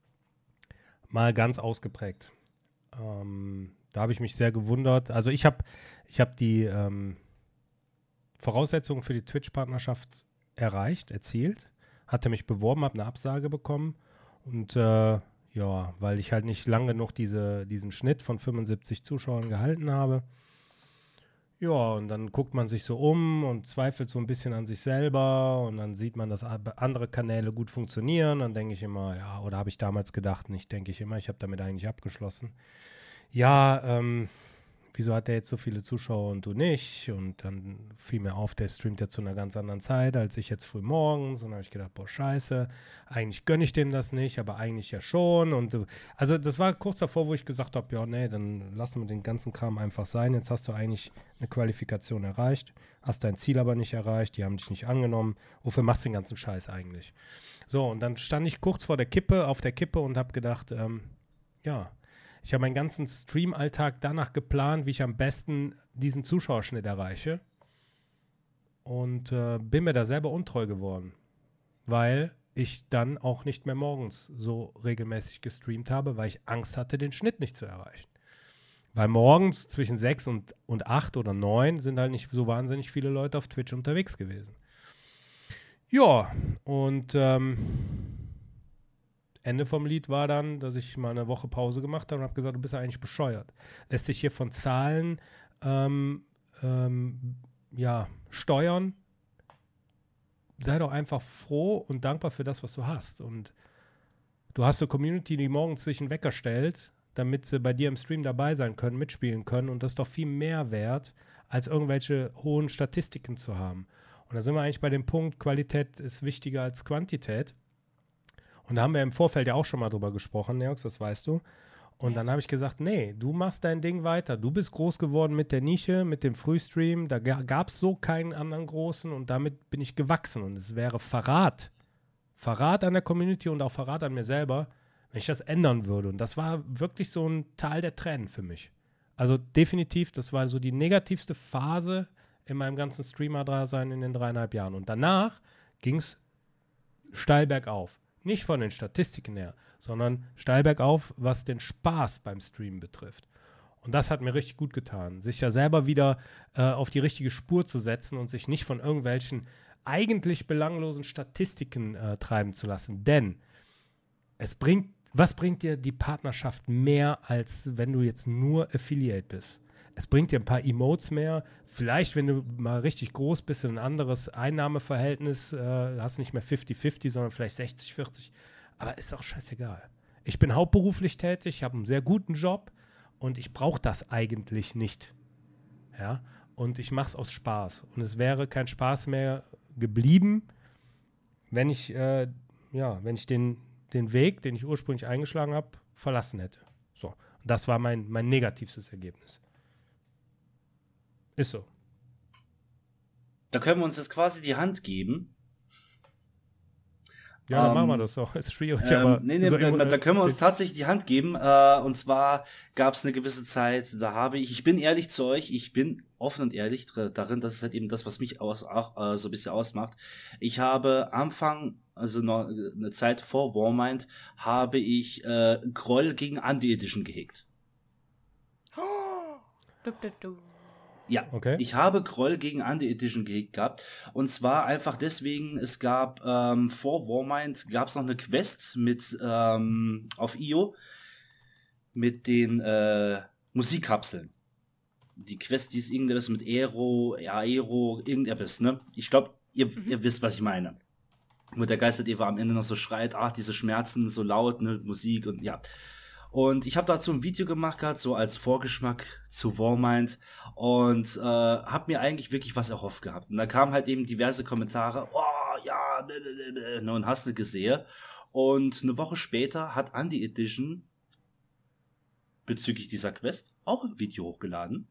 mal ganz ausgeprägt. Ähm, da habe ich mich sehr gewundert. Also ich habe ich hab die ähm, Voraussetzungen für die Twitch-Partnerschaft erreicht, erzielt. Hatte mich beworben, habe eine Absage bekommen. Und äh, ja, weil ich halt nicht lang genug diese, diesen Schnitt von fünfundsiebzig Zuschauern gehalten habe. Ja, und dann guckt man sich so um und zweifelt so ein bisschen an sich selber und dann sieht man, dass andere Kanäle gut funktionieren. Dann denke ich immer, ja, oder habe ich damals gedacht, nicht denke ich immer, ich habe damit eigentlich abgeschlossen. Ja, ähm, wieso hat der jetzt so viele Zuschauer und du nicht? Und dann fiel mir auf, der streamt ja zu einer ganz anderen Zeit als ich jetzt früh morgens. Und dann habe ich gedacht, boah, scheiße, eigentlich gönne ich dem das nicht, aber eigentlich ja schon. Und also das war kurz davor, wo ich gesagt habe, ja, nee, dann lassen wir den ganzen Kram einfach sein. Jetzt hast du eigentlich eine Qualifikation erreicht, hast dein Ziel aber nicht erreicht, die haben dich nicht angenommen. Wofür machst du den ganzen Scheiß eigentlich? So, und dann stand ich kurz vor der Kippe, auf der Kippe und habe gedacht, ähm, ja, ich habe meinen ganzen Stream-Alltag danach geplant, wie ich am besten diesen Zuschauerschnitt erreiche. Und äh, bin mir da selber untreu geworden, weil ich dann auch nicht mehr morgens so regelmäßig gestreamt habe, weil ich Angst hatte, den Schnitt nicht zu erreichen. Weil morgens zwischen sechs und, und acht oder neun sind halt nicht so wahnsinnig viele Leute auf Twitch unterwegs gewesen. Ja, und ähm, Ende vom Lied war dann, dass ich mal eine Woche Pause gemacht habe und habe gesagt, du bist ja eigentlich bescheuert. Lässt sich hier von Zahlen ähm, ähm, ja, steuern. Sei doch einfach froh und dankbar für das, was du hast. Und du hast eine Community, die morgens sich einen Wecker stellt, damit sie bei dir im Stream dabei sein können, mitspielen können. Und das ist doch viel mehr wert, als irgendwelche hohen Statistiken zu haben. Und da sind wir eigentlich bei dem Punkt, Qualität ist wichtiger als Quantität. Und da haben wir im Vorfeld ja auch schon mal drüber gesprochen, Neox, das weißt du. Und ja. Dann habe ich gesagt, nee, du machst dein Ding weiter. Du bist groß geworden mit der Nische, mit dem Frühstream. Da g- gab es so keinen anderen Großen und damit bin ich gewachsen. Und es wäre Verrat. Verrat an der Community und auch Verrat an mir selber, wenn ich das ändern würde. Und das war wirklich so ein Tal der Tränen für mich. Also definitiv, das war so die negativste Phase in meinem ganzen Streamer-Dasein in den dreieinhalb Jahren. Und danach ging es steil bergauf. Nicht von den Statistiken her, sondern steil bergauf, was den Spaß beim Streamen betrifft. Und das hat mir richtig gut getan, sich ja selber wieder äh, auf die richtige Spur zu setzen und sich nicht von irgendwelchen eigentlich belanglosen Statistiken äh, treiben zu lassen. Denn es bringt, was bringt dir die Partnerschaft mehr, als wenn du jetzt nur Affiliate bist? Es bringt dir ein paar Emotes mehr. Vielleicht, wenn du mal richtig groß bist, ein anderes Einnahmeverhältnis, äh, hast nicht mehr fünfzig fünfzig, sondern vielleicht sechzig vierzig. Aber ist auch scheißegal. Ich bin hauptberuflich tätig, habe einen sehr guten Job und ich brauche das eigentlich nicht. Ja? Und ich mache es aus Spaß. Und es wäre kein Spaß mehr geblieben, wenn ich, äh, ja, wenn ich den, den Weg, den ich ursprünglich eingeschlagen habe, verlassen hätte. So. Und das war mein, mein negativstes Ergebnis. Ist so. Da können wir uns jetzt quasi die Hand geben. Ja, dann ähm, machen wir das doch. Ist schwierig, ähm, aber... Nee, nee, so da, da können wir uns tatsächlich die Hand geben. Äh, und zwar gab es eine gewisse Zeit, da habe ich, ich bin ehrlich zu euch, ich bin offen und ehrlich darin, das ist halt eben das, was mich aus, auch äh, so ein bisschen ausmacht. Ich habe Anfang, also noch eine Zeit vor Warmind, habe ich äh, Groll gegen Anti Edition gehegt. Du, du, du. Ja, Okay. Ich habe Groll gegen Anti Edition gehegt gehabt. Und zwar einfach deswegen, es gab ähm, vor Warmind gab es noch eine Quest mit ähm, auf I O mit den äh, Musikkapseln. Die Quest, die ist irgendetwas mit Aero, ja, Aero, irgendetwas, ne? Ich glaube, ihr, mhm. ihr wisst, was ich meine. Wo der Geist Eva am Ende noch so schreit, ach, diese Schmerzen, so laut, ne, Musik und ja. Und ich habe dazu ein Video gemacht gehabt, so als Vorgeschmack zu Warmind und äh, habe mir eigentlich wirklich was erhofft gehabt. Und da kamen halt eben diverse Kommentare, oh ja, ne, ne, ne, und hast du gesehen. Und eine Woche später hat Anti Edition bezüglich dieser Quest auch ein Video hochgeladen.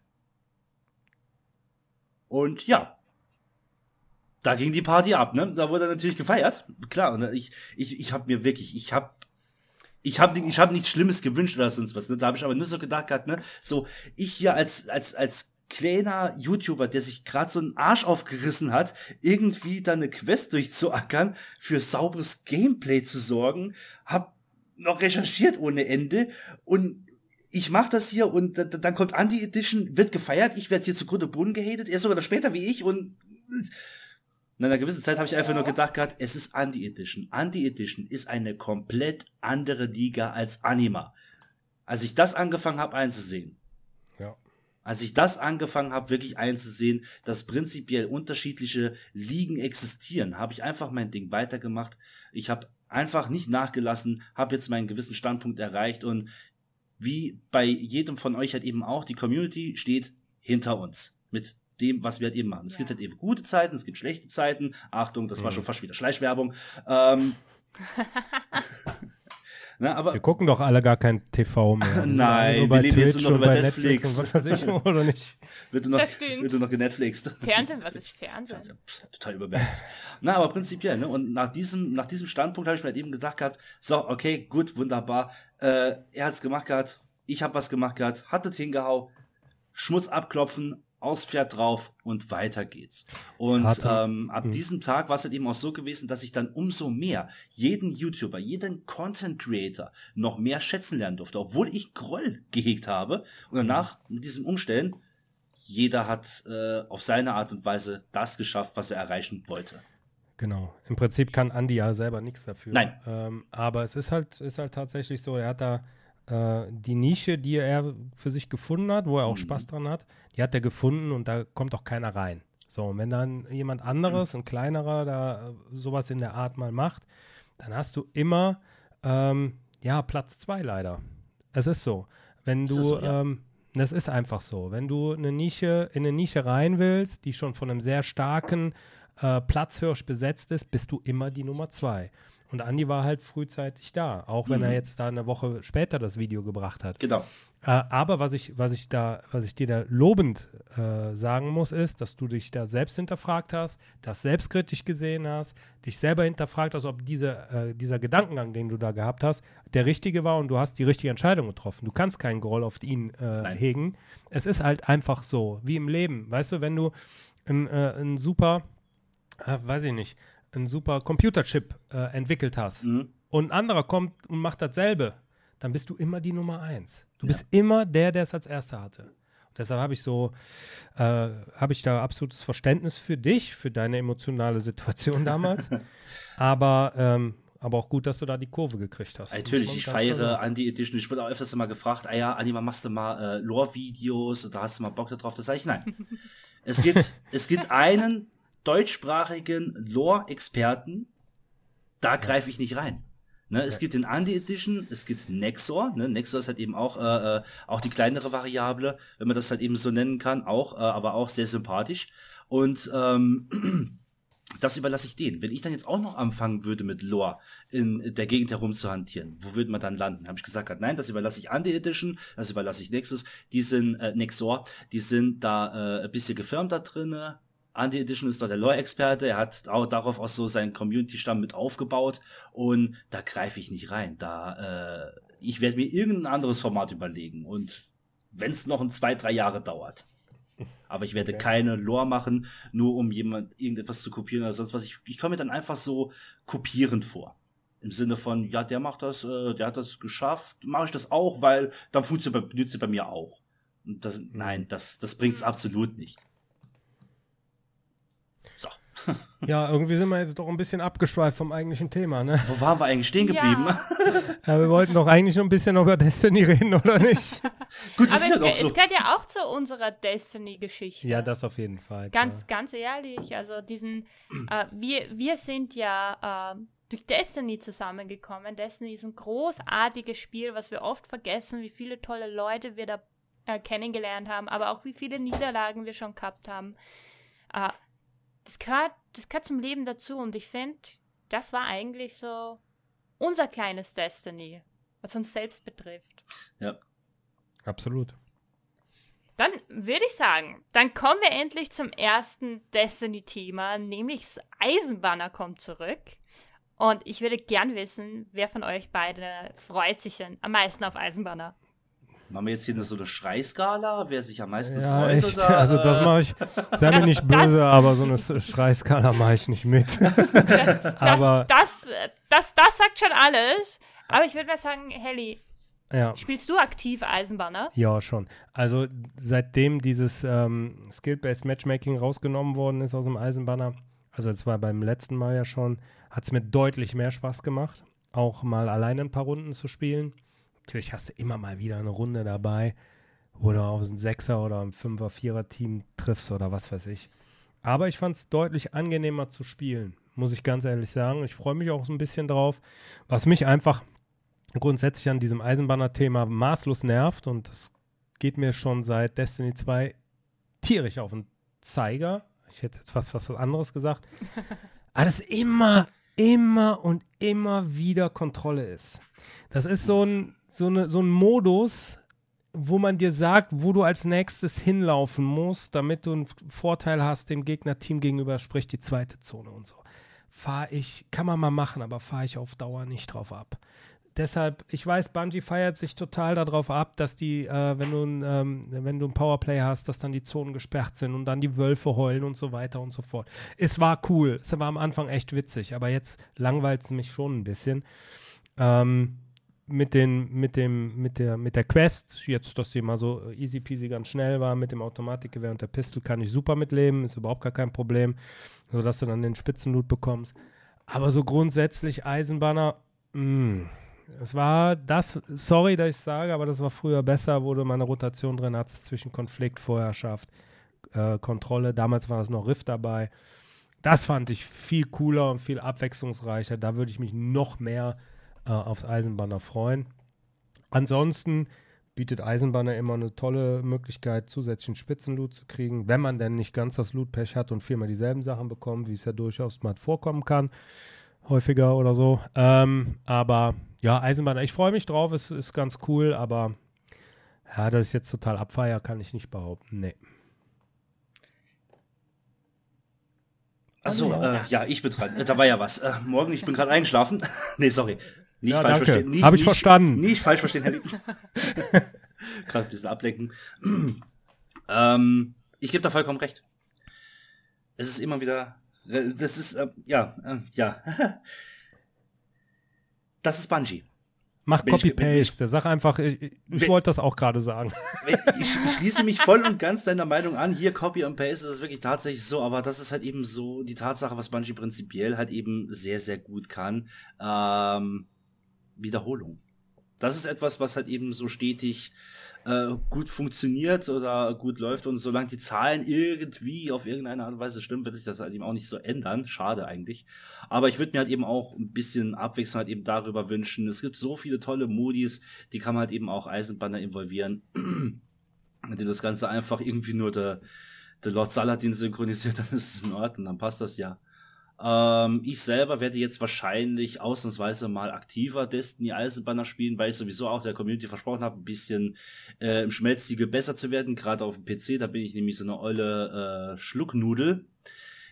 Und ja, da ging die Party ab, ne? Da wurde natürlich gefeiert. Klar, und ich, ich, ich habe mir wirklich, ich habe Ich habe ich hab nichts Schlimmes gewünscht oder sonst was, ne? Da habe ich aber nur so gedacht gehabt, ne? So, ich hier als als als kleiner YouTuber, der sich gerade so einen Arsch aufgerissen hat, irgendwie da eine Quest durchzuackern, für sauberes Gameplay zu sorgen, hab noch recherchiert ohne Ende und ich mach das hier und da, dann kommt Anti Edition, wird gefeiert, ich werde hier zu Grund und Boden gehatet, er sogar noch später wie ich und in einer gewissen Zeit habe ich einfach nur gedacht gehabt, es ist Anti Edition. Anti Edition ist eine komplett andere Liga als Anima. Als ich das angefangen habe einzusehen, ja. als ich das angefangen habe wirklich einzusehen, dass prinzipiell unterschiedliche Ligen existieren, habe ich einfach mein Ding weitergemacht. Ich habe einfach nicht nachgelassen, habe jetzt meinen gewissen Standpunkt erreicht und wie bei jedem von euch halt eben auch, die Community steht hinter uns mit dem, was wir halt eben machen. Es ja. gibt halt eben gute Zeiten, es gibt schlechte Zeiten. Achtung, das mhm. war schon fast wieder Schleichwerbung. Ähm, na, aber wir gucken doch alle gar kein T V mehr. Nein, wir leben jetzt nur noch über Netflix. Netflix und was weiß ich, oder nicht? Wird nur noch, wird nur noch genetflixt. Fernsehen, was ist Fernsehen? Pff, total überbewertet. Na, aber prinzipiell, ne? Und nach diesem, nach diesem Standpunkt habe ich mir halt eben gedacht gehabt, so, okay, gut, wunderbar. Äh, er hat's gemacht gehabt, ich hab was gemacht gehabt, hat das hingehauen, Schmutz abklopfen, aufs Pferd drauf und weiter geht's. Und ähm, ab mhm. diesem Tag war es halt eben auch so gewesen, dass ich dann umso mehr jeden YouTuber, jeden Content Creator noch mehr schätzen lernen durfte, obwohl ich Groll gehegt habe. Und danach, mit diesem Umstellen, jeder hat äh, auf seine Art und Weise das geschafft, was er erreichen wollte. Genau. Im Prinzip kann Andi ja selber nichts dafür. Nein. Ähm, aber es ist halt, ist halt tatsächlich so, er hat da äh, die Nische, die er für sich gefunden hat, wo er auch mhm. Spaß dran hat, die hat er gefunden und da kommt auch keiner rein. So, und wenn dann jemand anderes, ein kleinerer, da sowas in der Art mal macht, dann hast du immer, ähm, ja, Platz zwei leider. Es ist so. Wenn du, so, ja. ähm, das ist einfach so. Wenn du eine Nische, in eine Nische rein willst, die schon von einem sehr starken äh, Platzhirsch besetzt ist, bist du immer die Nummer zwei. Und Andi war halt frühzeitig da, auch wenn mhm. er jetzt da eine Woche später das Video gebracht hat. Genau. Äh, aber was ich, was ich da, was ich dir da lobend äh, sagen muss, ist, dass du dich da selbst hinterfragt hast, das selbstkritisch gesehen hast, dich selber hinterfragt hast, ob diese, äh, dieser Gedankengang, den du da gehabt hast, der richtige war und du hast die richtige Entscheidung getroffen. Du kannst keinen Groll auf ihn äh, hegen. Es ist halt einfach so, wie im Leben. Weißt du, wenn du ein, äh, ein super, äh, weiß ich nicht, einen super Computerchip äh, entwickelt hast mhm. und ein anderer kommt und macht dasselbe, dann bist du immer die Nummer eins. Du ja. bist immer der, der es als Erster hatte. Und deshalb habe ich so, äh, habe ich da absolutes Verständnis für dich, für deine emotionale Situation damals. aber, ähm, aber auch gut, dass du da die Kurve gekriegt hast. Natürlich, ich feiere Anti Edition. Ich wurde auch öfters immer gefragt, ah ja, Andi, machst du mal äh, Lore-Videos oder hast du mal Bock darauf? Da sage ich nein. es gibt, es gibt einen deutschsprachigen Lore-Experten, da greife ich nicht rein. Ne, es ja. gibt den Anti Edition, es gibt Nexor, ne, Nexor ist halt eben auch, äh, auch die kleinere Variable, wenn man das halt eben so nennen kann, auch, äh, aber auch sehr sympathisch. Und ähm, das überlasse ich denen. Wenn ich dann jetzt auch noch anfangen würde mit Lore in der Gegend herumzuhantieren, wo würde man dann landen? Habe ich gesagt, nein, das überlasse ich Anti Edition, das überlasse ich Nexus, die sind, äh, Nexor, die sind da äh, ein bisschen gefirmter drinne, Andy Edition ist doch der Lore-Experte, er hat auch darauf auch so seinen Community-Stamm mit aufgebaut und da greife ich nicht rein. Da, äh, ich werde mir irgendein anderes Format überlegen und wenn es noch ein zwei, drei Jahre dauert. Aber ich werde okay. keine Lore machen, nur um jemand irgendetwas zu kopieren oder sonst was. Ich, ich komme mir dann einfach so kopierend vor. Im Sinne von, ja, der macht das, äh, der hat das geschafft, mache ich das auch, weil dann funktioniert es bei mir auch. Und das, mhm. Nein, das, das bringt's absolut nicht. So. Ja, irgendwie sind wir jetzt doch ein bisschen abgeschweift vom eigentlichen Thema, ne? Wo waren wir eigentlich stehen geblieben? Ja. Ja, wir wollten doch eigentlich noch ein bisschen über Destiny reden, oder nicht? Gut, aber es, ja ge- so. es gehört ja auch zu unserer Destiny-Geschichte. Ja, das auf jeden Fall. Ganz, klar. ganz ehrlich, also diesen, äh, wir, wir sind ja äh, durch Destiny zusammengekommen. Destiny ist ein großartiges Spiel, was wir oft vergessen, wie viele tolle Leute wir da äh, kennengelernt haben, aber auch wie viele Niederlagen wir schon gehabt haben. Äh, das gehört, das gehört zum Leben dazu und ich finde, das war eigentlich so unser kleines Destiny, was uns selbst betrifft. Ja. Absolut. Dann würde ich sagen, dann kommen wir endlich zum ersten Destiny-Thema, nämlich das Eisenbanner kommt zurück. Und ich würde gern wissen, wer von euch beide freut sich denn am meisten auf Eisenbanner? Machen wir jetzt hier so eine Schreiskala, wer sich am meisten ja, freut? Echt? Oder? Also das mache ich, sei mir nicht böse, das, aber so eine Schreiskala mache ich nicht mit. das, aber das, das, das, das sagt schon alles. Aber ich würde mal sagen, Helly, ja. Spielst du aktiv Eisenbanner? Ja, schon. Also seitdem dieses ähm, Skill-Based Matchmaking rausgenommen worden ist aus dem Eisenbanner, also das war beim letzten Mal ja schon, hat es mir deutlich mehr Spaß gemacht, auch mal alleine ein paar Runden zu spielen. Natürlich hast du immer mal wieder eine Runde dabei, wo du auf ein Sechser- oder ein Fünfer-, Vierer-Team triffst oder was weiß ich. Aber ich fand es deutlich angenehmer zu spielen, muss ich ganz ehrlich sagen. Ich freue mich auch so ein bisschen drauf. Was mich einfach grundsätzlich an diesem Eisenbanner-Thema maßlos nervt, und das geht mir schon seit Destiny zwei tierisch auf den Zeiger. Ich hätte jetzt fast was anderes gesagt. Aber das immer, immer und immer wieder Kontrolle ist. Das ist so ein, so eine, so ein Modus, wo man dir sagt, wo du als nächstes hinlaufen musst, damit du einen Vorteil hast dem Gegnerteam gegenüber, sprich die zweite Zone und so. Fahre ich, kann man mal machen, aber fahre ich auf Dauer nicht drauf ab. Deshalb, ich weiß, Bungie feiert sich total darauf ab, dass die, äh, wenn du ein, ähm, wenn du ein Powerplay hast, dass dann die Zonen gesperrt sind und dann die Wölfe heulen und so weiter und so fort. Es war cool, es war am Anfang echt witzig, aber jetzt langweilt es mich schon ein bisschen. Ähm, mit den, mit dem, mit der, mit der Quest, jetzt, dass die mal so easy peasy ganz schnell war, mit dem Automatikgewehr und der Pistol kann ich super mitleben, ist überhaupt gar kein Problem, sodass du dann den Spitzenloot bekommst. Aber so grundsätzlich Eisenbanner, mh, es war das, sorry, dass ich es sage, aber das war früher besser, wo du mal eine Rotation drin hattest zwischen Konflikt, Vorherrschaft, äh, Kontrolle. Damals war das noch Rift dabei. Das fand ich viel cooler und viel abwechslungsreicher. Da würde ich mich noch mehr äh, aufs Eisenbanner freuen. Ansonsten bietet Eisenbanner immer eine tolle Möglichkeit, zusätzlichen Spitzenloot zu kriegen, wenn man denn nicht ganz das Loot-Pech hat und viermal dieselben Sachen bekommt, wie es ja durchaus mal vorkommen kann. Häufiger oder so. Ähm, aber ja, Eisenbanner, ich freue mich drauf, es ist ganz cool, aber ja, dass ich jetzt total abfeier, kann ich nicht behaupten. Nee. Achso, äh, ja, ich bin dran. Da war ja was. Äh, morgen, ich bin gerade eingeschlafen. Nee, sorry. Nicht ja, falsch danke. verstehen. Nicht, Hab ich nicht, verstanden. Nicht falsch verstehen, Harry. Gerade ein bisschen ablenken. ähm, ich gebe da vollkommen recht. Es ist immer wieder, das ist, äh, ja, äh, ja. Das ist Bungie. Mach Copy-Paste. Sag einfach, ich, ich wenn, wollte das auch gerade sagen. Ich, ich schließe mich voll und ganz deiner Meinung an. Hier, Copy und Paste, das ist wirklich tatsächlich so. Aber das ist halt eben so die Tatsache, was Bungie prinzipiell halt eben sehr, sehr gut kann. Ähm, Wiederholung. Das ist etwas, was halt eben so stetig äh, gut funktioniert oder gut läuft. Und solange die Zahlen irgendwie auf irgendeine Art und Weise stimmen, wird sich das halt eben auch nicht so ändern. Schade eigentlich. Aber ich würde mir halt eben auch ein bisschen Abwechslung halt eben darüber wünschen. Es gibt so viele tolle Modis, die kann man halt eben auch Eisenbanner involvieren. Indem das Ganze einfach irgendwie nur der, der Lord Saladin synchronisiert, dann ist es in Ordnung, dann passt das ja. Ähm, ich selber werde jetzt wahrscheinlich ausnahmsweise mal aktiver Destiny Eisenbanner spielen, weil ich sowieso auch der Community versprochen habe, ein bisschen äh, im Schmelztiegel besser zu werden, gerade auf dem P C. Da bin ich nämlich so eine olle äh, Schlucknudel.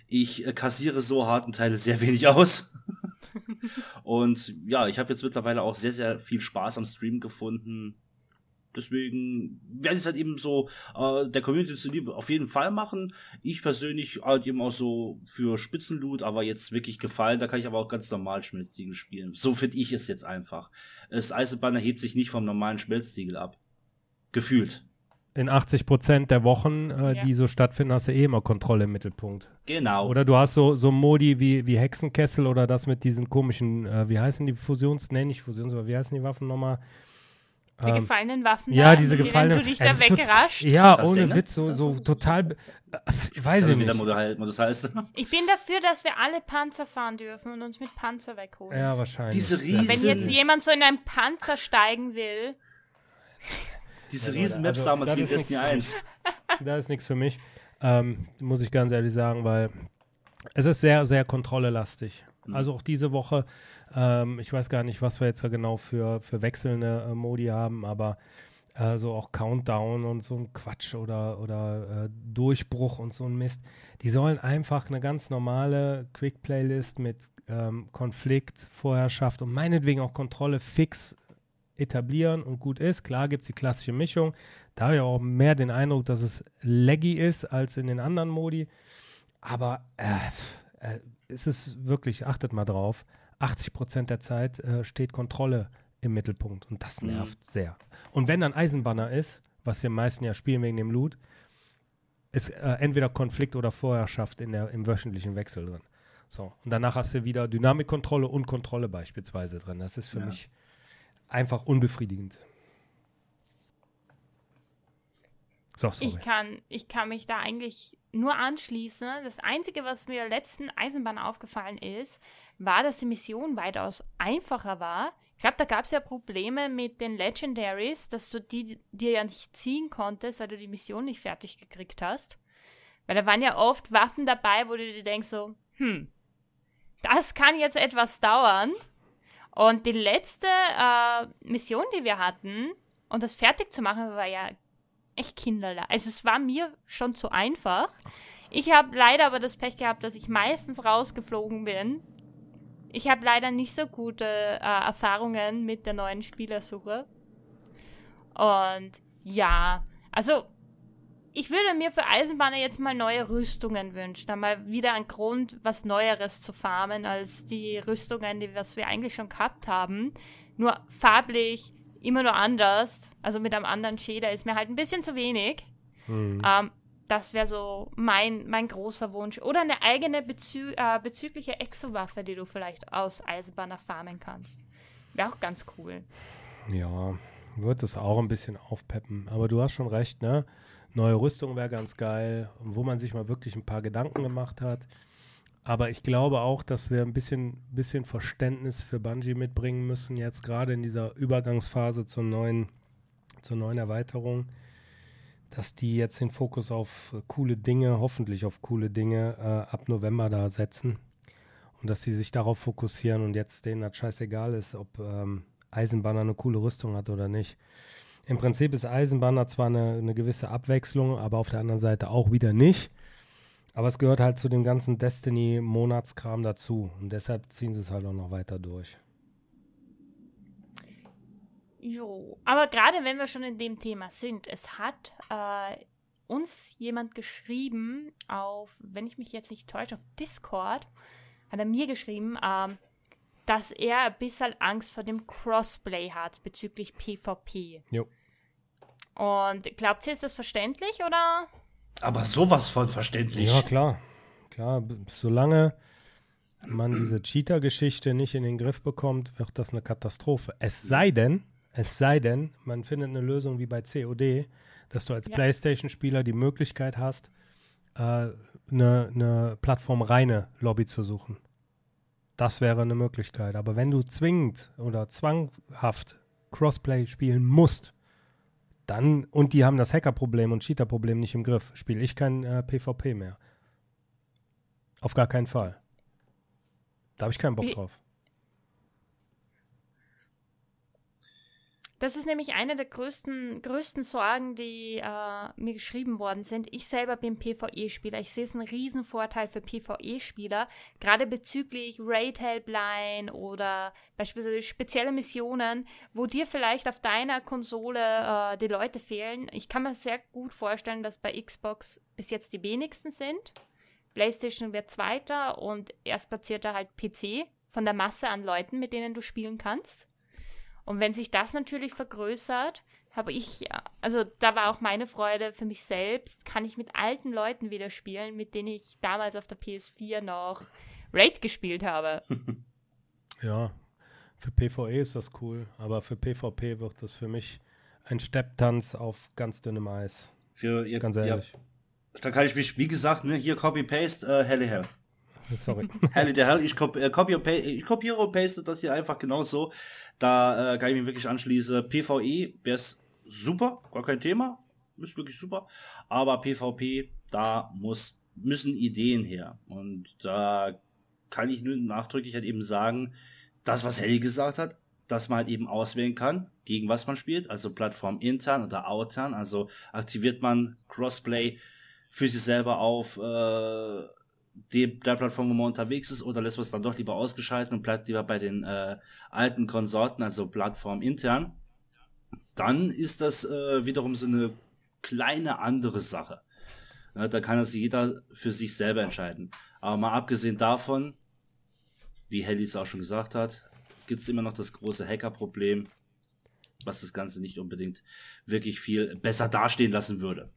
Ich äh, kassiere so harten Teile sehr wenig aus. Und ja, ich habe jetzt mittlerweile auch sehr, sehr viel Spaß am Stream gefunden. Deswegen werde ich es halt eben so äh, der Community zuliebe auf jeden Fall machen. Ich persönlich halt eben auch so für Spitzenloot, aber jetzt wirklich gefallen. Da kann ich aber auch ganz normal Schmelztiegel spielen. So finde ich es jetzt einfach. Das Eisenbanner hebt sich nicht vom normalen Schmelztiegel ab. Gefühlt. In achtzig Prozent der Wochen, äh, Ja. die so stattfinden, hast du eh immer Kontrolle im Mittelpunkt. Genau. Oder du hast so, so Modi wie, wie Hexenkessel oder das mit diesen komischen, äh, wie heißen die Fusions, nee, nicht Fusions, aber wie heißen die Waffen nochmal? Die Ähm, gefallenen Waffen, ja, da, diese mit denen gefallenen- du dich Äh, da tot- wegrascht. Ja, Was ohne denn, ne? Witz, so, so total, äh, ich Ich weiß ich wie der nicht. Modus, Modus heißt. Ich bin dafür, dass wir alle Panzer fahren dürfen und uns mit Panzer wegholen. Ja, wahrscheinlich. Diese Ja. riesen- Wenn jetzt jemand so in einen Panzer steigen will, Diese Ja, riesen Maps also, damals das wie ist Destiny nichts- eins. Da ist nichts für mich, ähm, muss ich ganz ehrlich sagen, weil es ist sehr, sehr kontrollelastig. Mhm. Also auch diese Woche, ähm, ich weiß gar nicht, was wir jetzt da genau für, für wechselnde äh, Modi haben, aber äh, so auch Countdown und so ein Quatsch oder, oder äh, Durchbruch und so ein Mist. Die sollen einfach eine ganz normale Quick-Playlist mit ähm, Konflikt, Vorherrschaft und meinetwegen auch Kontrolle fix etablieren und gut ist. Klar gibt es die klassische Mischung. Da habe ich auch mehr den Eindruck, dass es laggy ist als in den anderen Modi. Aber äh, äh, es ist wirklich, achtet mal drauf, achtzig Prozent der Zeit äh, steht Kontrolle im Mittelpunkt und das nervt Mhm. sehr. Und wenn dann Eisenbanner ist, was die meisten ja spielen wegen dem Loot, ist äh, entweder Konflikt oder Vorherrschaft in der, im wöchentlichen Wechsel drin. So, und danach hast du wieder Dynamikkontrolle und Kontrolle beispielsweise drin. Das ist für Ja. mich einfach unbefriedigend. So, sorry. ich kann, ich kann mich da eigentlich nur anschließen. Das Einzige, was mir letzten Eisenbahn aufgefallen ist, war, dass die Mission weitaus einfacher war. Ich glaube, da gab es ja Probleme mit den Legendaries, dass du die dir ja nicht ziehen konntest, weil du die Mission nicht fertig gekriegt hast. Weil da waren ja oft Waffen dabei, wo du dir denkst so, hm, das kann jetzt etwas dauern. Und die letzte äh, Mission, die wir hatten, und das fertig zu machen, war ja echt kinderleicht. Also es war mir schon zu einfach. Ich habe leider aber das Pech gehabt, dass ich meistens rausgeflogen bin. Ich habe leider nicht so gute äh, Erfahrungen mit der neuen Spielersuche. Und ja, also ich würde mir für Eisenbahner jetzt mal neue Rüstungen wünschen. Da mal wieder ein Grund, was Neueres zu farmen, als die Rüstungen, die was wir eigentlich schon gehabt haben. Nur farblich immer nur anders. Also mit einem anderen Shader ist mir halt ein bisschen zu wenig. Mhm. Ähm, das wäre so mein, mein großer Wunsch. Oder eine eigene bezü äh, bezügliche Exo-Waffe, die du vielleicht aus Eisenbahner farmen kannst. Wäre auch ganz cool. Ja, wird es auch ein bisschen aufpeppen. Aber du hast schon recht, ne? Neue Rüstung wäre ganz geil, wo man sich mal wirklich ein paar Gedanken gemacht hat. Aber ich glaube auch, dass wir ein bisschen, bisschen Verständnis für Bungie mitbringen müssen, jetzt gerade in dieser Übergangsphase zur neuen, zur neuen Erweiterung, dass die jetzt den Fokus auf äh, coole Dinge, hoffentlich auf coole Dinge äh, ab November da setzen und dass sie sich darauf fokussieren und jetzt denen das scheißegal ist, ob ähm, Eisenbanner eine coole Rüstung hat oder nicht. Im Prinzip ist Eisenbanner zwar eine, eine gewisse Abwechslung, aber auf der anderen Seite auch wieder nicht. Aber es gehört halt zu dem ganzen Destiny-Monatskram dazu. Und deshalb ziehen sie es halt auch noch weiter durch. Jo, aber gerade wenn wir schon in dem Thema sind, es hat äh, uns jemand geschrieben auf, wenn ich mich jetzt nicht täusche, auf Discord, hat er mir geschrieben, ähm, dass er ein bisschen Angst vor dem Crossplay hat bezüglich PvP. Jo. Und glaubt ihr, ist das verständlich oder? Aber sowas von verständlich. Ja, klar. Klar, b- solange man diese Cheater-Geschichte nicht in den Griff bekommt, wird das eine Katastrophe. Es sei denn, es sei denn, man findet eine Lösung wie bei C O D, dass du als Ja. PlayStation-Spieler die Möglichkeit hast, äh, eine, eine plattformreine Lobby zu suchen. Das wäre eine Möglichkeit. Aber wenn du zwingend oder zwanghaft Crossplay spielen musst, dann, und die haben das Hacker-Problem und Cheater-Problem nicht im Griff, spiele ich kein äh, PvP mehr. Auf gar keinen Fall. Da habe ich keinen Bock Wie- drauf. Das ist nämlich eine der größten, größten Sorgen, die äh, mir geschrieben worden sind. Ich selber bin PvE-Spieler. Ich sehe es einen riesen Vorteil für PvE-Spieler, gerade bezüglich Raid-Helpline oder beispielsweise spezielle Missionen, wo dir vielleicht auf deiner Konsole äh, die Leute fehlen. Ich kann mir sehr gut vorstellen, dass bei Xbox bis jetzt die wenigsten sind. PlayStation wird Zweiter und erstplatzierter halt P C von der Masse an Leuten, mit denen du spielen kannst. Und wenn sich das natürlich vergrößert, habe ich, also da war auch meine Freude für mich selbst, kann ich mit alten Leuten wieder spielen, mit denen ich damals auf der P S vier noch Raid gespielt habe. Ja, für PvE ist das cool, aber für PvP wird das für mich ein Stepptanz auf ganz dünnem Eis. Für ihr, ganz ehrlich. Ja, da kann ich mich, wie gesagt, ne, hier Copy-Paste, äh, helle hell. Sorry. Hell the hell, ich, copy, äh, copy und paste, ich kopiere und paste das hier einfach genauso. Da äh, kann ich mich wirklich anschließen. PvE wäre es super, gar kein Thema. Ist wirklich super. Aber PvP, da muss, müssen Ideen her. Und da kann ich nur nachdrücklich halt eben sagen, das, was Helly gesagt hat, dass man halt eben auswählen kann, gegen was man spielt. Also Plattform intern oder outern. Also aktiviert man Crossplay für sich selber auf äh, Die, der Plattform, wo man unterwegs ist, oder lässt man es dann doch lieber ausgeschalten und bleibt lieber bei den äh, alten Konsorten, also Plattform intern, dann ist das äh, wiederum so eine kleine andere Sache. Ja, da kann das jeder für sich selber entscheiden. Aber mal abgesehen davon, wie Helly es auch schon gesagt hat, gibt es immer noch das große Hacker-Problem, was das Ganze nicht unbedingt wirklich viel besser dastehen lassen würde.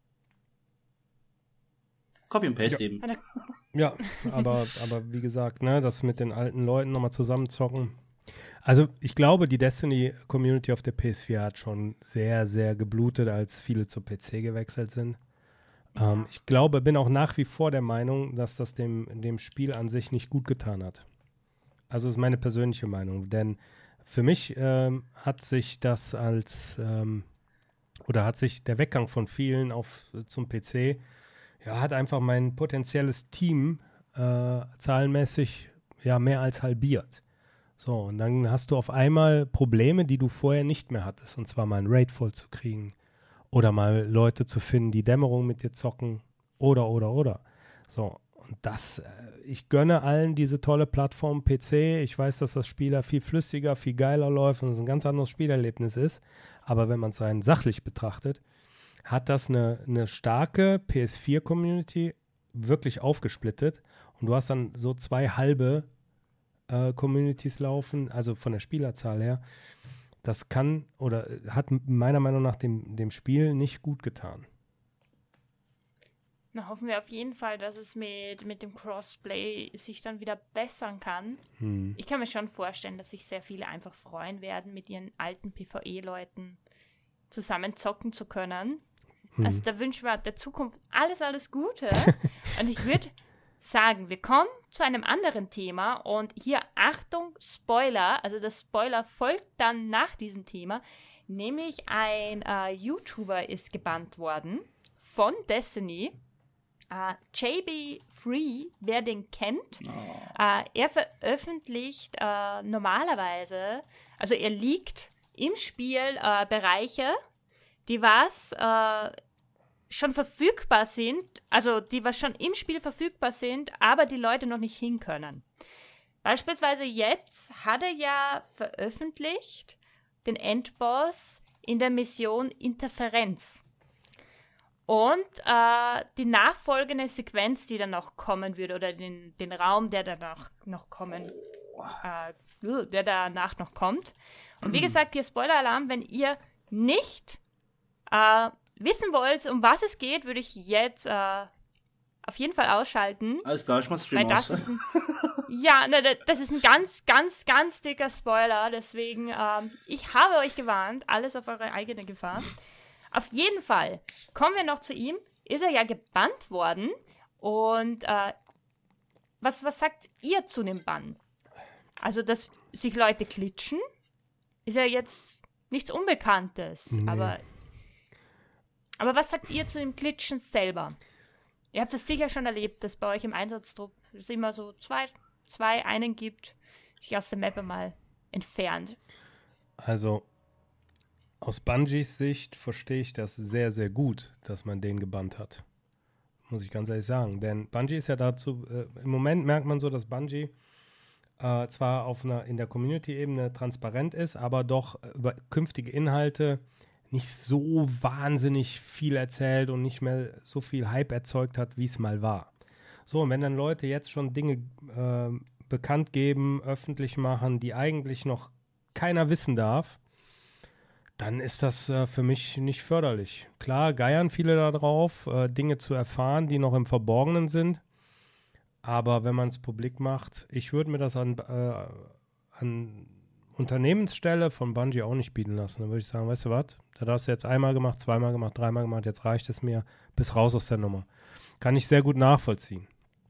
Copy and Paste ja. eben. Ja, aber, aber wie gesagt, ne, das mit den alten Leuten nochmal zusammenzocken. Also ich glaube, die Destiny-Community auf der P S vier hat schon sehr, sehr geblutet, als viele zu P C gewechselt sind. Ja. Ähm, ich glaube, bin auch nach wie vor der Meinung, dass das dem, dem Spiel an sich nicht gut getan hat. Also das ist meine persönliche Meinung, denn für mich ähm, hat sich das als, ähm, oder hat sich der Weggang von vielen auf zum P C ja, hat einfach mein potenzielles Team äh, zahlenmäßig ja mehr als halbiert. So, und dann hast du auf einmal Probleme, die du vorher nicht mehr hattest. Und zwar mal ein Raid voll zu kriegen oder mal Leute zu finden, die Dämmerung mit dir zocken oder, oder, oder. So, und das, äh, ich gönne allen diese tolle Plattform P C. Ich weiß, dass das Spiel da viel flüssiger, viel geiler läuft und es ein ganz anderes Spielerlebnis ist. Aber wenn man es rein sachlich betrachtet, hat das eine, eine starke P S vier Community wirklich aufgesplittet und du hast dann so zwei halbe äh, Communities laufen, also von der Spielerzahl her. Das kann oder hat meiner Meinung nach dem, dem Spiel nicht gut getan. Na, hoffen wir auf jeden Fall, dass es mit, mit dem Crossplay sich dann wieder bessern kann. Hm. Ich kann mir schon vorstellen, dass sich sehr viele einfach freuen werden, mit ihren alten PvE-Leuten zusammen zocken zu können. Hm. Also da wünschen wir der Zukunft alles, alles Gute. Und ich würde sagen, wir kommen zu einem anderen Thema. Und hier, Achtung, Spoiler. Also der Spoiler folgt dann nach diesem Thema. Nämlich ein äh, YouTuber ist gebannt worden von Destiny. Uh, J B Free, wer den kennt, oh. uh, er veröffentlicht uh, normalerweise, also er leakt im Spiel uh, Bereiche, die was uh, schon verfügbar sind, also die was schon im Spiel verfügbar sind, aber die Leute noch nicht hin können. Beispielsweise jetzt hat er ja veröffentlicht den Endboss in der Mission Interferenz. Und äh, die nachfolgende Sequenz, die dann noch kommen würde, oder den, den Raum, der danach noch kommen, äh, der danach noch kommt. Und wie gesagt, hier Spoiler-Alarm, wenn ihr nicht äh, wissen wollt, um was es geht, würde ich jetzt äh, auf jeden Fall ausschalten. Alles klar, ich mach Stream weil das aus. Ist ein, ja, ne, das ist ein ganz, ganz, ganz dicker Spoiler. Deswegen, ähm, ich habe euch gewarnt, alles auf eure eigene Gefahr. Auf jeden Fall, kommen wir noch zu ihm, ist er ja gebannt worden und äh, was, was sagt ihr zu dem Bann? Also, dass sich Leute klitschen, ist ja jetzt nichts Unbekanntes, nee. aber, aber was sagt ihr zu dem Klitschen selber? Ihr habt es sicher schon erlebt, dass bei euch im Einsatztrupp es immer so zwei, zwei einen gibt, sich aus der Map mal entfernt. Also, Aus Bungies Sicht verstehe ich das sehr, sehr gut, dass man den gebannt hat. Muss ich ganz ehrlich sagen. Denn Bungie ist ja dazu, äh, im Moment merkt man so, dass Bungie äh, zwar auf einer, in der Community-Ebene transparent ist, aber doch über künftige Inhalte nicht so wahnsinnig viel erzählt und nicht mehr so viel Hype erzeugt hat, wie es mal war. So, und wenn dann Leute jetzt schon Dinge äh, bekannt geben, öffentlich machen, die eigentlich noch keiner wissen darf, dann ist das äh, für mich nicht förderlich. Klar, geiern viele da drauf, äh, Dinge zu erfahren, die noch im Verborgenen sind. Aber wenn man es publik macht, ich würde mir das an, äh, an Unternehmensstelle von Bungie auch nicht bieten lassen. Dann würde ich sagen, weißt du was, da hast du jetzt einmal gemacht, zweimal gemacht, dreimal gemacht, jetzt reicht es mir, bis raus aus der Nummer. Kann ich sehr gut nachvollziehen.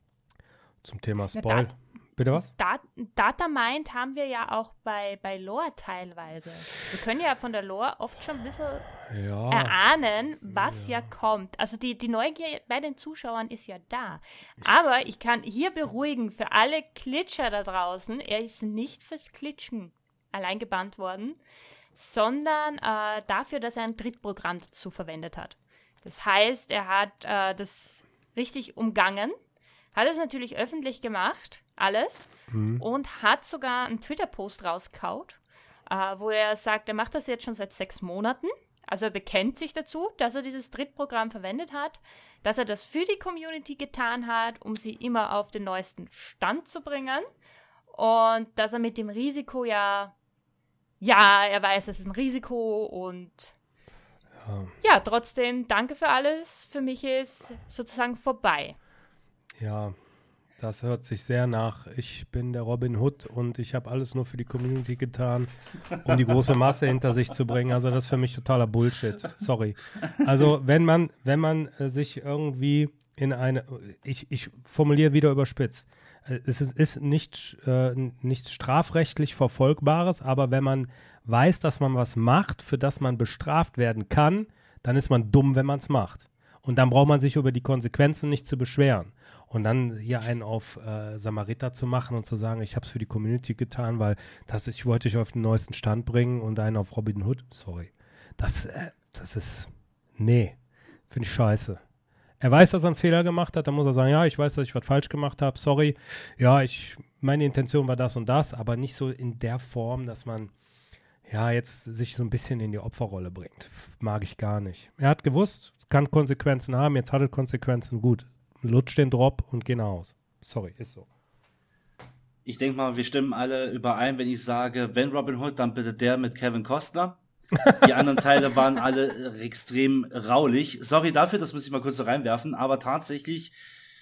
Zum Thema Spoil. Dat- Bitte was? Dat- Datamind haben wir ja auch bei, bei Lore teilweise. Wir können ja von der Lore oft schon ein bisschen Ja. erahnen, was ja, Ja. kommt. Also die, die Neugier bei den Zuschauern ist ja da. Aber ich kann hier beruhigen, für alle Glitcher da draußen, er ist nicht fürs Glitchen allein gebannt worden, sondern äh, dafür, dass er ein Drittprogramm dazu verwendet hat. Das heißt, er hat äh, das richtig umgangen, hat es natürlich öffentlich gemacht, alles, Mhm. und hat sogar einen Twitter-Post rausgehauen, äh, wo er sagt, er macht das jetzt schon seit sechs Monaten. Also er bekennt sich dazu, dass er dieses Drittprogramm verwendet hat, dass er das für die Community getan hat, um sie immer auf den neuesten Stand zu bringen, und dass er mit dem Risiko ja, ja, er weiß, es ist ein Risiko, und Ja. ja, trotzdem, danke für alles. Für mich ist sozusagen vorbei. Ja, das hört sich sehr nach, ich bin der Robin Hood und ich habe alles nur für die Community getan, um die große Masse hinter sich zu bringen. Also das ist für mich totaler Bullshit. Sorry. Also wenn man, wenn man äh, sich irgendwie in eine, ich, ich formuliere wieder überspitzt, äh, es ist, ist nicht, äh, nichts strafrechtlich Verfolgbares, aber wenn man weiß, dass man was macht, für das man bestraft werden kann, dann ist man dumm, wenn man es macht. Und dann braucht man sich über die Konsequenzen nicht zu beschweren. Und dann hier einen auf äh, Samariter zu machen und zu sagen, ich habe es für die Community getan, weil das, ich wollte euch auf den neuesten Stand bringen, und einen auf Robin Hood, sorry. Das, äh, das ist, nee, finde ich scheiße. Er weiß, dass er einen Fehler gemacht hat, dann muss er sagen, ja, ich weiß, dass ich was falsch gemacht habe, sorry. Ja, ich, meine Intention war das und das, aber nicht so in der Form, dass man ja jetzt sich so ein bisschen in die Opferrolle bringt. Mag ich gar nicht. Er hat gewusst, kann Konsequenzen haben, jetzt hat er Konsequenzen, gut. Lutsch den Drop und geh nach Hause. Sorry, ist so. Ich denke mal, wir stimmen alle überein, wenn ich sage, wenn Robin Hood, dann bitte der mit Kevin Costner. Die anderen Teile waren alle extrem raulich. Sorry dafür, das muss ich mal kurz so reinwerfen, aber tatsächlich,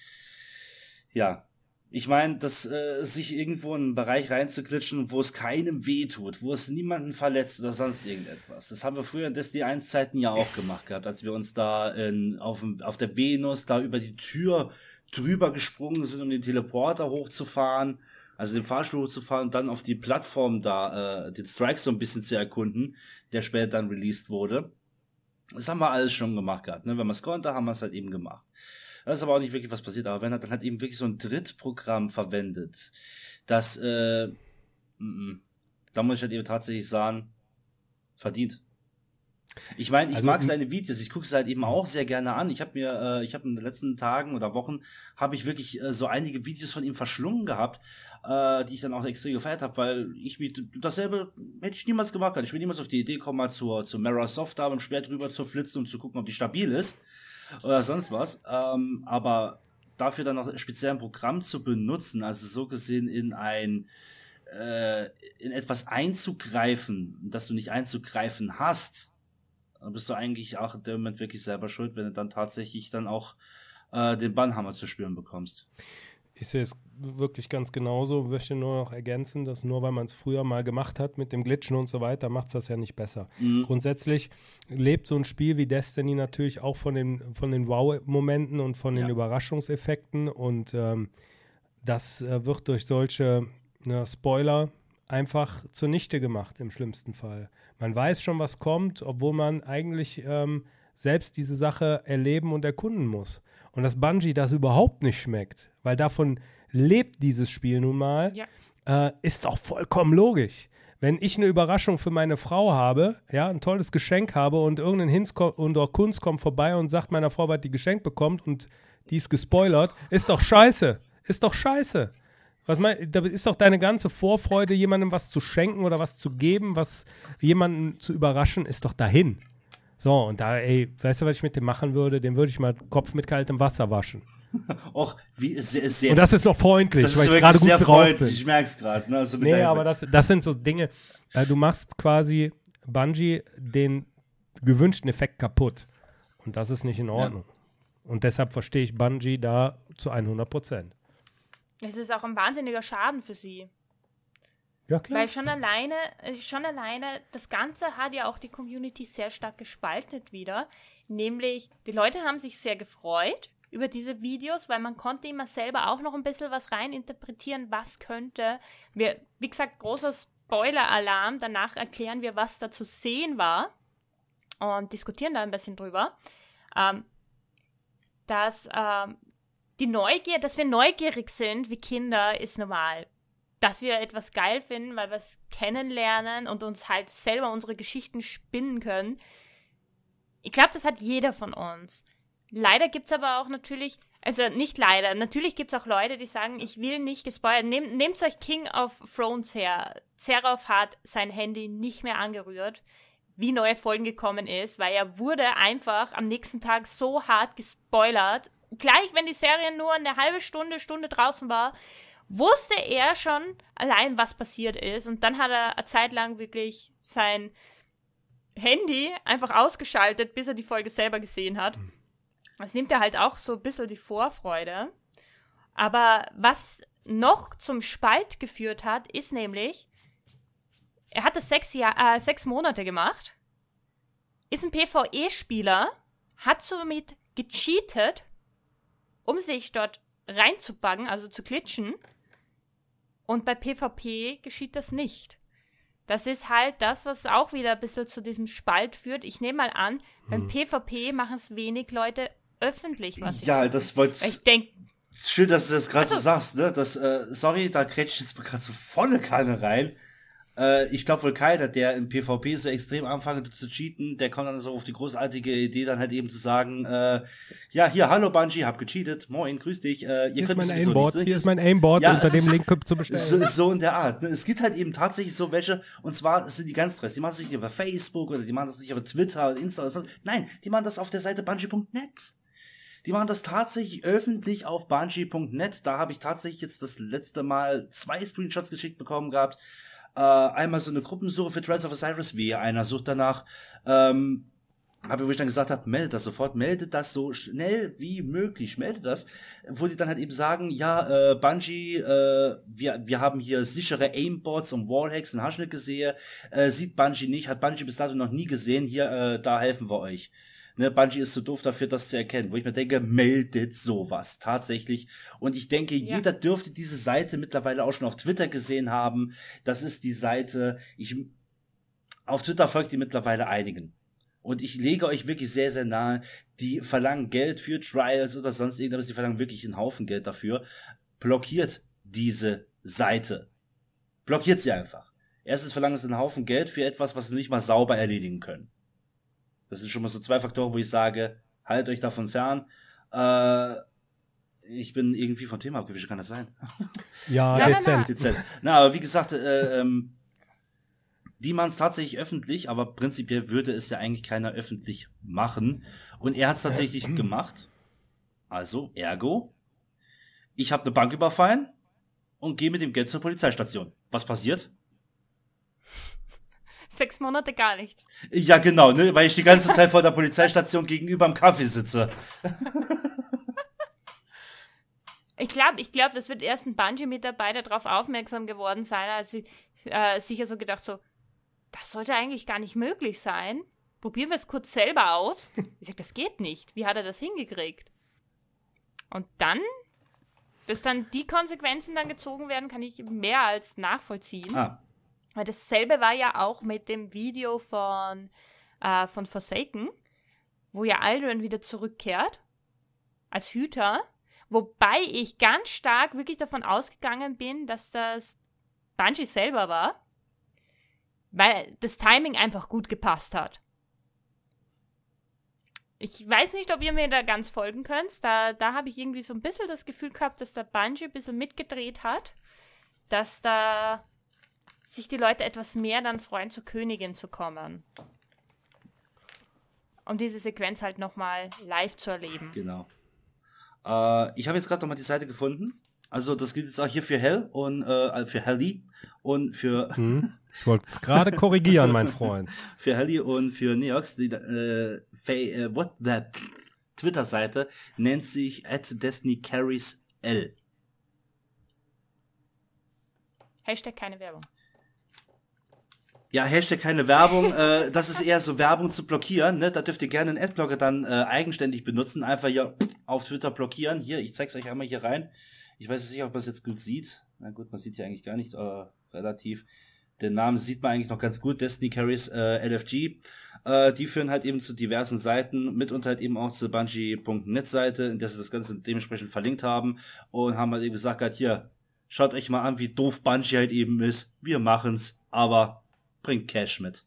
ja, ich meine, dass äh, sich irgendwo in einen Bereich reinzuklitschen, wo es keinem wehtut, wo es niemanden verletzt oder sonst irgendetwas. Das haben wir früher in Destiny eins Zeiten ja auch gemacht gehabt, als wir uns da in, auf, auf der Venus da über die Tür drüber gesprungen sind, um den Teleporter hochzufahren, also den Fahrstuhl hochzufahren und dann auf die Plattform da, äh, den Strike so ein bisschen zu erkunden, der später dann released wurde. Das haben wir alles schon gemacht gehabt, ne? Wenn wir es konnte, haben wir es halt eben gemacht. Da ist aber auch nicht wirklich was passiert, aber wenn er dann halt eben wirklich so ein Drittprogramm verwendet, das, äh, m -m, da muss ich halt eben tatsächlich sagen, verdient. Ich meine, ich Also, mag m- seine Videos, ich gucke es halt eben auch sehr gerne an. Ich habe mir, äh, ich habe in den letzten Tagen oder Wochen, habe ich wirklich äh, so einige Videos von ihm verschlungen gehabt, äh, die ich dann auch extrem gefeiert habe, weil ich mir dasselbe hätte ich niemals gemacht. Ich will niemals auf die Idee kommen, mal zur, zur Mara Soft da mit dem Schwert rüber zu flitzen, um zu gucken, ob die stabil ist oder sonst was. Ähm, aber dafür dann noch speziell ein Programm zu benutzen, also so gesehen in ein äh, in etwas einzugreifen, das du nicht einzugreifen hast, dann bist du eigentlich auch in dem Moment wirklich selber schuld, wenn du dann tatsächlich dann auch äh, den Bannhammer zu spüren bekommst. Ich sehe es wirklich ganz genauso, möchte nur noch ergänzen, dass nur weil man es früher mal gemacht hat mit dem Glitchen und so weiter, macht es das ja nicht besser. Mhm. Grundsätzlich lebt so ein Spiel wie Destiny natürlich auch von den, von den Wow-Momenten und von den Ja. Überraschungseffekten, und ähm, das äh, wird durch solche ne, Spoiler einfach zunichte gemacht im schlimmsten Fall. Man weiß schon, was kommt, obwohl man eigentlich ähm, selbst diese Sache erleben und erkunden muss. Und dass Bungie das überhaupt nicht schmeckt, weil davon lebt dieses Spiel nun mal, Ja. äh, ist doch vollkommen logisch. Wenn ich eine Überraschung für meine Frau habe, ja, ein tolles Geschenk habe und irgendein Hinz ko- oder Kunst kommt vorbei und sagt meiner Frau, was die geschenkt bekommt und die ist gespoilert, ist doch scheiße. Ist doch scheiße. Was mein, da ist doch deine ganze Vorfreude, jemandem was zu schenken oder was zu geben, was jemanden zu überraschen, ist doch dahin. So, und da, ey, weißt du, was ich mit dem machen würde? Den würde ich mal Kopf mit kaltem Wasser waschen. Och, wie sehr, sehr. Und das ist noch freundlich, das weil ist ich gerade gut sehr drauf freundlich. bin. Ich merke es gerade. Ne? Also nee, aber das, das sind so Dinge, äh, du machst quasi Bungie den gewünschten Effekt kaputt. Und das ist nicht in Ordnung. Ja. Und deshalb verstehe ich Bungie da zu hundert Prozent. Es ist auch ein wahnsinniger Schaden für sie. Ja, klar. Weil schon alleine, schon alleine, das Ganze hat ja auch die Community sehr stark gespaltet wieder. Nämlich, die Leute haben sich sehr gefreut über diese Videos, weil man konnte immer selber auch noch ein bisschen was reininterpretieren, was könnte. Wir, wie gesagt, großer Spoiler-Alarm. Danach erklären wir, was da zu sehen war und diskutieren da ein bisschen drüber. Ähm, dass ähm, die Neugier, dass wir neugierig sind wie Kinder, ist normal. Dass wir etwas geil finden, weil wir es kennenlernen und uns halt selber unsere Geschichten spinnen können. Ich glaube, das hat jeder von uns. Leider gibt es aber auch natürlich, also nicht leider, natürlich gibt es auch Leute, die sagen, ich will nicht gespoilert. Nehm, nehmt euch King of Thrones her. Zerov hat sein Handy nicht mehr angerührt, wie neue Folgen gekommen ist, weil er wurde einfach am nächsten Tag so hart gespoilert. Gleich, wenn die Serie nur eine halbe Stunde, Stunde draußen war, wusste er schon allein, was passiert ist. Und dann hat er eine Zeit lang wirklich sein Handy einfach ausgeschaltet, bis er die Folge selber gesehen hat. Das nimmt er halt auch so ein bisschen die Vorfreude. Aber was noch zum Spalt geführt hat, ist nämlich, er hat das sechs, Jahr, äh, sechs Monate gemacht, ist ein PvE-Spieler, hat somit gecheatet, um sich dort reinzubuggen, also zu glitchen. Und bei PvP geschieht das nicht. Das ist halt das, was auch wieder ein bisschen zu diesem Spalt führt. Ich nehme mal an, hm. beim PvP machen es wenig Leute öffentlich, was ja, ich das wollte ich denke. Schön, dass du das gerade also, so sagst, ne? Das, äh, sorry, da grätsch ich jetzt gerade so volle Kanne rein. Äh, ich glaube wohl keiner, der im PvP so extrem anfängt zu cheaten, der kommt dann so auf die großartige Idee, dann halt eben zu sagen, äh, ja, hier, hallo Bungie, hab gecheatet, moin, grüß dich, äh, ihr hier könnt ist mein sowieso Aimbot, nichts, hier ist mein Aimbot, ja, unter dem Link zu bestellen. So, so in der Art. Ne? Es gibt halt eben tatsächlich so welche, und zwar es sind die ganz dreist, die machen das nicht über Facebook oder die machen das nicht über Twitter oder Insta oder so. Nein, die machen das auf der Seite Bungie Punkt net. Die machen das tatsächlich öffentlich auf Bungie Punkt net. Da habe ich tatsächlich jetzt das letzte Mal zwei Screenshots geschickt bekommen gehabt. Äh, einmal so eine Gruppensuche für Trials of Osiris, wie einer sucht danach. Ähm, habe wo ich dann gesagt habe, meldet das sofort, meldet das so schnell wie möglich, meldet das. Wo die dann halt eben sagen, ja, äh, Bungie, äh, wir, wir haben hier sichere Aimbots und Wallhacks und Haschnitt gesehen. Äh, sieht Bungie nicht, hat Bungie bis dato noch nie gesehen. Hier, äh, da helfen wir euch. Ne, Bungie ist zu doof dafür, das zu erkennen, wo ich mir denke, meldet sowas tatsächlich. Und ich denke, ja. jeder dürfte diese Seite mittlerweile auch schon auf Twitter gesehen haben. Das ist die Seite, ich, auf Twitter folgt die mittlerweile einigen. Und ich lege euch wirklich sehr, sehr nahe, die verlangen Geld für Trials oder sonst irgendwas, die verlangen wirklich einen Haufen Geld dafür. Blockiert diese Seite. Blockiert sie einfach. Erstens verlangen sie einen Haufen Geld für etwas, was sie nicht mal sauber erledigen können. Das sind schon mal so zwei Faktoren, wo ich sage, haltet euch davon fern. Äh, ich bin irgendwie vom Thema abgewichen, kann das sein? Ja, ja dezent. dezent. Na, aber wie gesagt, äh, ähm, die machen es tatsächlich öffentlich, aber prinzipiell würde es ja eigentlich keiner öffentlich machen. Und er hat es tatsächlich gemacht. Also, ergo, ich habe eine Bank überfallen und gehe mit dem Geld zur Polizeistation. Was passiert? Sechs Monate gar nichts. Ja, genau, ne, weil ich die ganze Zeit vor der Polizeistation gegenüber am Kaffee sitze. Ich glaube, ich glaub, das wird erst ein Bungie-Mitarbeiter darauf aufmerksam geworden sein, als sie äh, sicher so gedacht so, das sollte eigentlich gar nicht möglich sein. Probieren wir es kurz selber aus. Ich sag, das geht nicht. Wie hat er das hingekriegt? Und dann, dass dann die Konsequenzen dann gezogen werden, kann ich mehr als nachvollziehen. Ah. Weil dasselbe war ja auch mit dem Video von, äh, von Forsaken, wo ja Aldrin wieder zurückkehrt als Hüter, wobei ich ganz stark wirklich davon ausgegangen bin, dass das Bungie selber war, weil das Timing einfach gut gepasst hat. Ich weiß nicht, ob ihr mir da ganz folgen könnt. Da, da habe ich irgendwie so ein bisschen das Gefühl gehabt, dass der Bungie ein bisschen mitgedreht hat, dass da sich die Leute etwas mehr dann freuen, zur Königin zu kommen. Um diese Sequenz halt nochmal live zu erleben. Genau. Äh, ich habe jetzt gerade nochmal die Seite gefunden. Also das gilt jetzt auch hier für Hell und äh, für Helly und für hm. Ich wollte es gerade korrigieren, mein Freund. Für Helly und für Neox. Die äh, äh, what the Twitter-Seite nennt sich at Destiny Carries L. Hashtag keine Werbung. Ja, Hashtag keine Werbung. äh, das ist eher so Werbung zu blockieren. Ne? Da dürft ihr gerne einen Adblocker dann äh, eigenständig benutzen. Einfach hier auf Twitter blockieren. Hier, ich zeig's euch einmal hier rein. Ich weiß nicht, ob man es jetzt gut sieht. Na gut, man sieht hier eigentlich gar nicht, aber relativ. Den Namen sieht man eigentlich noch ganz gut. Destiny Carries äh, L F G. Äh, die führen halt eben zu diversen Seiten, mitunter halt eben auch zur Bungie Punkt net Seite, in der sie das Ganze dementsprechend verlinkt haben. Und haben halt eben gesagt, halt hier, schaut euch mal an, wie doof Bungie halt eben ist. Wir machen's, aber bringt Cash mit.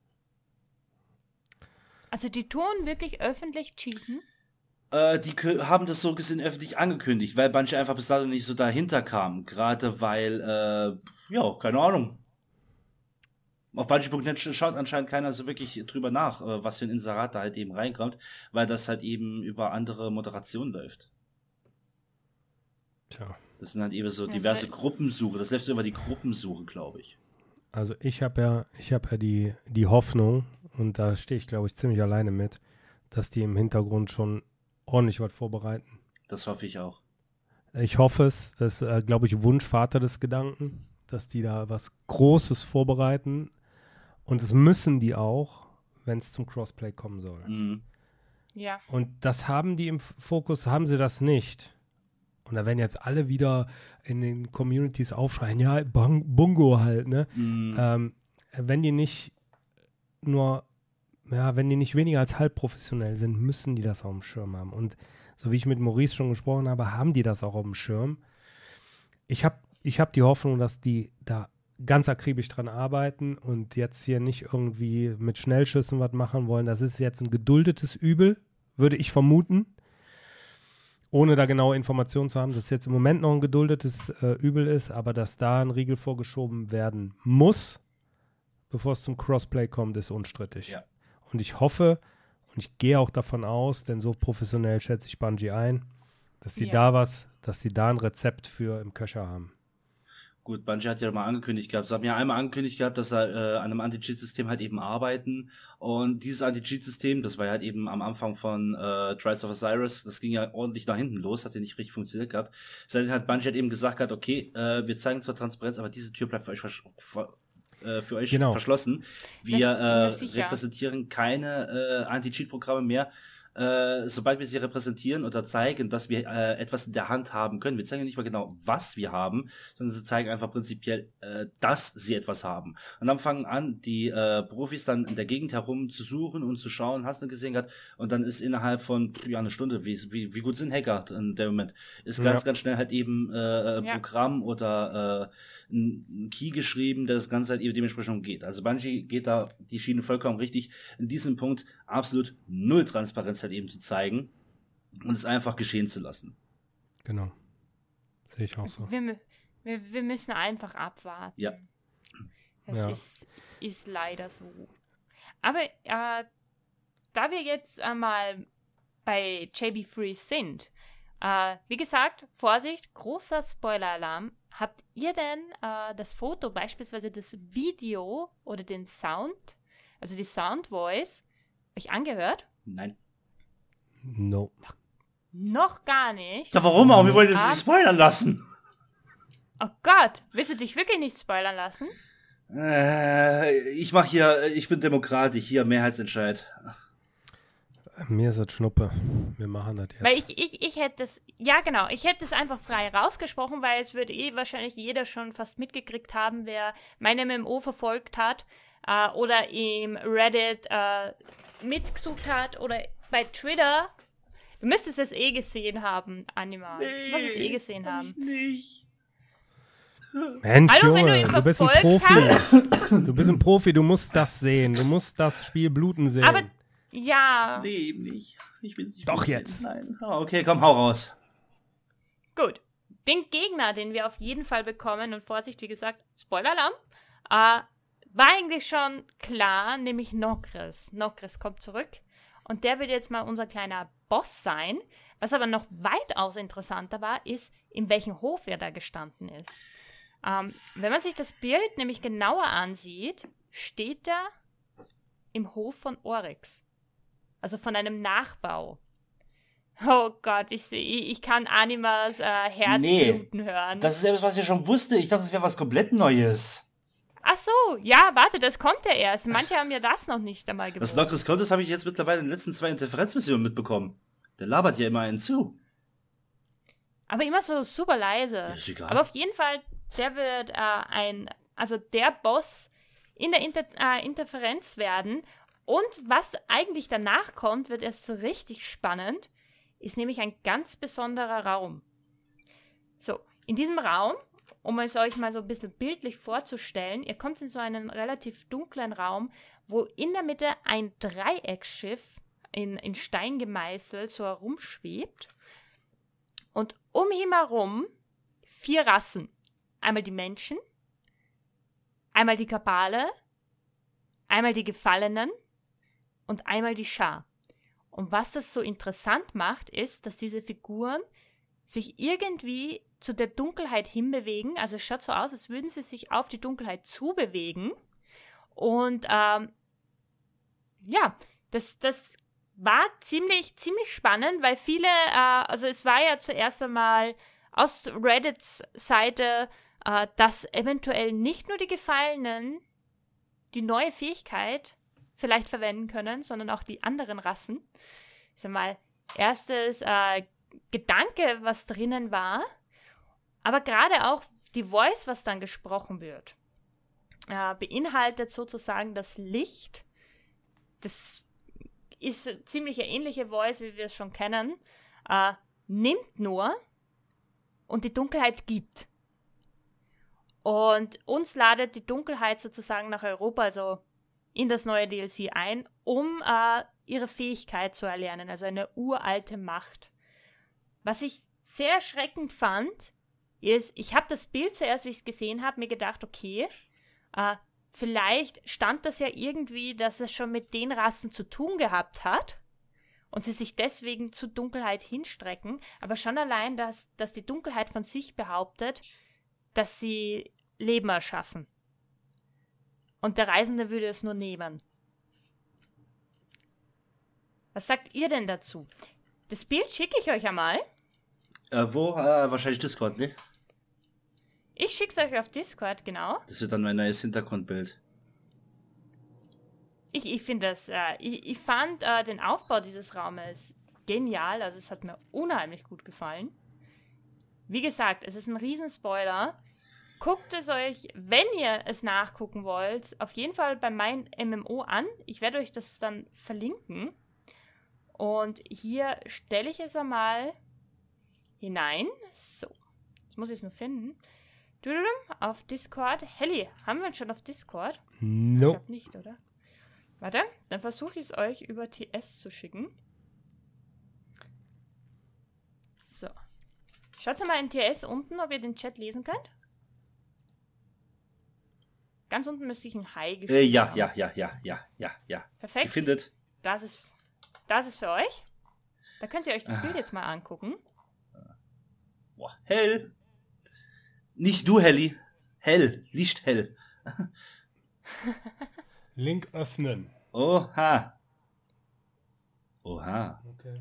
Also die tun wirklich öffentlich cheaten? Äh, die k- haben das so gesehen öffentlich angekündigt, weil Bungie einfach bis dato nicht so dahinter kam. Gerade weil, äh, ja, keine Ahnung. Auf Bungie Punkt net schaut anscheinend keiner so wirklich drüber nach, äh, was für ein Inserat da halt eben reinkommt, weil das halt eben über andere Moderationen läuft. Tja. Das sind halt eben so Das diverse wär- Gruppensuche. Das läuft über die Gruppensuche, glaube ich. Also ich habe ja, ich habe ja die, die Hoffnung, und da stehe ich, glaube ich, ziemlich alleine mit, dass die im Hintergrund schon ordentlich was vorbereiten. Das hoffe ich auch. Ich hoffe es, das ist, äh, glaube ich, Wunschvater des Gedanken, dass die da was Großes vorbereiten. Und das müssen die auch, wenn es zum Crossplay kommen soll. Mhm. Ja. Und das haben die im F- Fokus, haben sie das nicht. Und da werden jetzt alle wieder in den Communities aufschreien, ja, Bung- Bungo halt, ne? Mhm. Ähm, wenn die nicht nur, ja, wenn die nicht weniger als halb professionell sind, müssen die das auf dem Schirm haben. Und so wie ich mit Maurice schon gesprochen habe, haben die das auch auf dem Schirm. Ich habe ich hab die Hoffnung, dass die da ganz akribisch dran arbeiten und jetzt hier nicht irgendwie mit Schnellschüssen was machen wollen. Das ist jetzt ein geduldetes Übel, würde ich vermuten. Ohne da genaue Informationen zu haben, dass es jetzt im Moment noch ein geduldetes äh, Übel ist, aber dass da ein Riegel vorgeschoben werden muss, bevor es zum Crossplay kommt, ist unstrittig. Ja. Und ich hoffe und ich gehe auch davon aus, denn so professionell schätze ich Bungie ein, dass sie Ja. da was, dass sie da ein Rezept für im Köcher haben. Gut, Bungie hat ja mal angekündigt gehabt, sie haben ja einmal angekündigt gehabt, dass sie äh, an einem Anti-Cheat-System halt eben arbeiten, und dieses Anti-Cheat-System, das war ja halt eben am Anfang von äh, Trials of Osiris, das ging ja ordentlich nach hinten los, hat ja nicht richtig funktioniert gehabt. Seitdem hat Bungie halt eben gesagt gehabt, okay, äh, wir zeigen zwar Transparenz, aber diese Tür bleibt für euch, versch ver äh, für euch Genau. verschlossen. Wir Das- das äh, sicher. repräsentieren keine äh, Anti-Cheat-Programme mehr. Äh, sobald wir sie repräsentieren oder zeigen, dass wir äh, etwas in der Hand haben können. Wir zeigen ja nicht mal genau, was wir haben, sondern sie zeigen einfach prinzipiell, äh, dass sie etwas haben. Und dann fangen an, die äh, Profis dann in der Gegend herum zu suchen und zu schauen, hast du gesehen gehabt, und dann ist innerhalb von ja eine Stunde, wie, wie, wie gut sind Hacker in dem Moment, ist ganz, Ja. ganz schnell halt eben äh, Ja. Programm oder äh, ein ein Key geschrieben, der das Ganze halt eben dementsprechend geht. Also Bungie geht da die Schiene vollkommen richtig, in diesem Punkt absolut null Transparenz halt eben zu zeigen und es einfach geschehen zu lassen. Genau. Sehe ich auch so. Wir, mü- wir, wir müssen einfach abwarten. Ja. Das Ja. ist, ist leider so. Aber äh, da wir jetzt einmal bei J B Freeze sind, äh, wie gesagt, Vorsicht, großer Spoiler-Alarm. Habt ihr denn äh, das Foto, beispielsweise das Video oder den Sound, also die Sound-Voice, euch angehört? Nein. No. Noch gar nicht. Ja, warum auch? Wir wollen das Ah. nicht spoilern lassen. Oh Gott, willst du dich wirklich nicht spoilern lassen? Äh, ich mach hier, ich bin Demokrat, ich hier Mehrheitsentscheid. Mir ist das Schnuppe. Wir machen das jetzt. Weil ich, ich, ich hätte es, ja genau, ich hätte es einfach frei rausgesprochen, weil es würde eh wahrscheinlich jeder schon fast mitgekriegt haben, wer mein M M O verfolgt hat äh, oder im Reddit äh, mitgesucht hat oder bei Twitter. Du müsstest es eh gesehen haben, Anima. Du musst es eh gesehen haben. Nicht. Mensch, Hallo, wenn du Junge, ihn du bist ein verfolgt Profi. Du bist ein Profi, du musst das sehen. Du musst das Spiel bluten sehen. Aber ja, Nee, eben nicht. Ich will es nicht Doch sehen. jetzt. Nein. Ah, okay, komm, hau raus. gut. Den Gegner, den wir auf jeden Fall bekommen, und Vorsicht, wie gesagt, Spoiler-Alarm, äh, war eigentlich schon klar, nämlich Nokris. Nokris kommt zurück und der wird jetzt mal unser kleiner Boss sein. Was aber noch weitaus interessanter war, ist, in welchem Hof er da gestanden ist. Ähm, wenn man sich das Bild nämlich genauer ansieht, steht er im Hof von Oryx. Also von einem Nachbau. Oh Gott, ich, ich, ich kann Animas äh, Herzbluten Nee, hören. Das ist etwas, was ich schon wusste. Ich dachte, das wäre was komplett Neues. Ach so, ja, warte, das kommt ja erst. Manche haben ja das noch nicht einmal gewusst. Das Noctis kommt, das habe ich jetzt mittlerweile in den letzten zwei Interferenzmissionen mitbekommen. Der labert ja immer einen zu. Aber immer so super leise. Ja, ist egal. Aber auf jeden Fall, der wird äh, ein, also der Boss in der Inter äh, Interferenz werden. Und was eigentlich danach kommt, wird erst so richtig spannend, ist nämlich ein ganz besonderer Raum. So, in diesem Raum, um es euch mal so ein bisschen bildlich vorzustellen, ihr kommt in so einen relativ dunklen Raum, wo in der Mitte ein Dreiecksschiff in, in Stein gemeißelt so herumschwebt. Und um ihn herum vier Rassen. Einmal die Menschen, einmal die Kabale, einmal die Gefallenen und einmal die Schar. Und was das so interessant macht, ist, dass diese Figuren sich irgendwie zu der Dunkelheit hinbewegen. Also es schaut so aus, als würden sie sich auf die Dunkelheit zubewegen. Und ähm, ja, das, das war ziemlich, ziemlich spannend, weil viele, äh, also es war ja zuerst einmal aus Reddits Seite, äh, dass eventuell nicht nur die Gefallenen die neue Fähigkeit vielleicht verwenden können, sondern auch die anderen Rassen. Ich sag mal, erstes äh, Gedanke, was drinnen war, aber gerade auch die Voice, was dann gesprochen wird, äh, beinhaltet sozusagen das Licht. Das ist ziemlich eine ähnliche Voice, wie wir es schon kennen. Äh, nimmt nur und die Dunkelheit gibt. Und uns ladet die Dunkelheit sozusagen nach Europa, also in das neue D L C ein, um äh, ihre Fähigkeit zu erlernen, also eine uralte Macht. Was ich sehr erschreckend fand, ist, ich habe das Bild zuerst, wie ich es gesehen habe, mir gedacht, okay, äh, vielleicht stand das ja irgendwie, dass es schon mit den Rassen zu tun gehabt hat und sie sich deswegen zur Dunkelheit hinstrecken, aber schon allein, dass, dass die Dunkelheit von sich behauptet, dass sie Leben erschaffen. Und der Reisende würde es nur nehmen. Was sagt ihr denn dazu? Das Bild schicke ich euch einmal. Äh, wo? Äh, wahrscheinlich Discord, ne? Ich schicke es euch auf Discord, genau. Das wird dann mein neues Hintergrundbild. Ich, ich finde das, äh, ich, ich fand äh, den Aufbau dieses Raumes genial, also es hat mir unheimlich gut gefallen. Wie gesagt, es ist ein Riesenspoiler. Guckt es euch, wenn ihr es nachgucken wollt, auf jeden Fall bei meinem M M O an. Ich werde euch das dann verlinken. Und hier stelle ich es einmal hinein. So, jetzt muss ich es nur finden. Auf Discord. Helly, haben wir uns schon auf Discord? No. Ich glaube nicht, oder? Warte, dann versuche ich es euch über T S zu schicken. So. Schaut mal in T S unten, ob ihr den Chat lesen könnt. Ganz unten müsste ich ein Hi geschrieben Äh, ja, haben. ja, ja, ja, ja, ja, ja. Perfekt. Gefindet. Das ist, das ist für euch. Da könnt ihr euch das Bild jetzt mal angucken. Boah, hell. Nicht du, Helly. Hell. Licht hell. Link öffnen. Oha. Oha. Okay.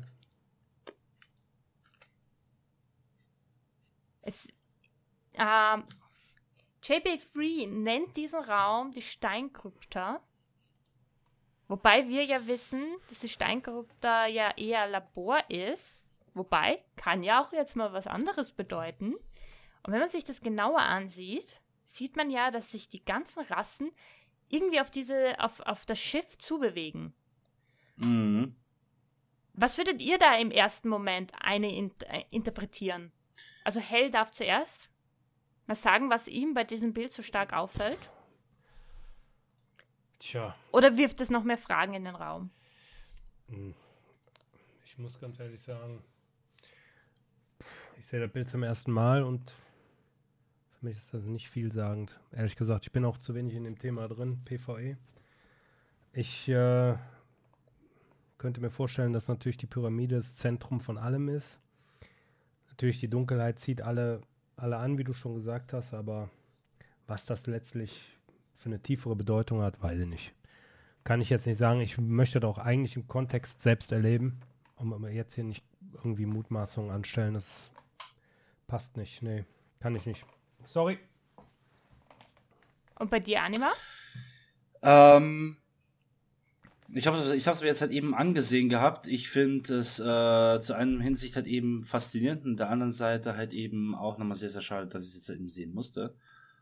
Es, ähm, J B Free nennt diesen Raum die Steinkrypta. Wobei wir ja wissen, dass die Steinkrypta ja eher Labor ist. Wobei, kann ja auch jetzt mal was anderes bedeuten. Und wenn man sich das genauer ansieht, sieht man ja, dass sich die ganzen Rassen irgendwie auf diese, auf, auf das Schiff zubewegen. Mhm. Was würdet ihr da im ersten Moment eine in, äh, interpretieren? Also Hell darf zuerst. mal sagen, was ihm bei diesem Bild so stark auffällt? Tja. Oder wirft es noch mehr Fragen in den Raum? Ich muss ganz ehrlich sagen, ich sehe das Bild zum ersten Mal und für mich ist das nicht vielsagend. Ehrlich gesagt, ich bin auch zu wenig in dem Thema drin, PvE. Ich äh, könnte mir vorstellen, dass natürlich die Pyramide das Zentrum von allem ist. Natürlich, die Dunkelheit zieht alle, alle an, wie du schon gesagt hast, aber was das letztlich für eine tiefere Bedeutung hat, weiß ich nicht. Kann ich jetzt nicht sagen. Ich möchte das auch eigentlich im Kontext selbst erleben, um aber jetzt hier nicht irgendwie Mutmaßungen anstellen. Das passt nicht. Nee, kann ich nicht. Sorry. Und bei dir, Anima? Ähm, ich habe ich es mir jetzt halt eben angesehen gehabt. Ich finde es äh, zu einem Hinsicht halt eben faszinierend und der anderen Seite halt eben auch nochmal sehr, sehr schade, dass ich es jetzt halt eben sehen musste.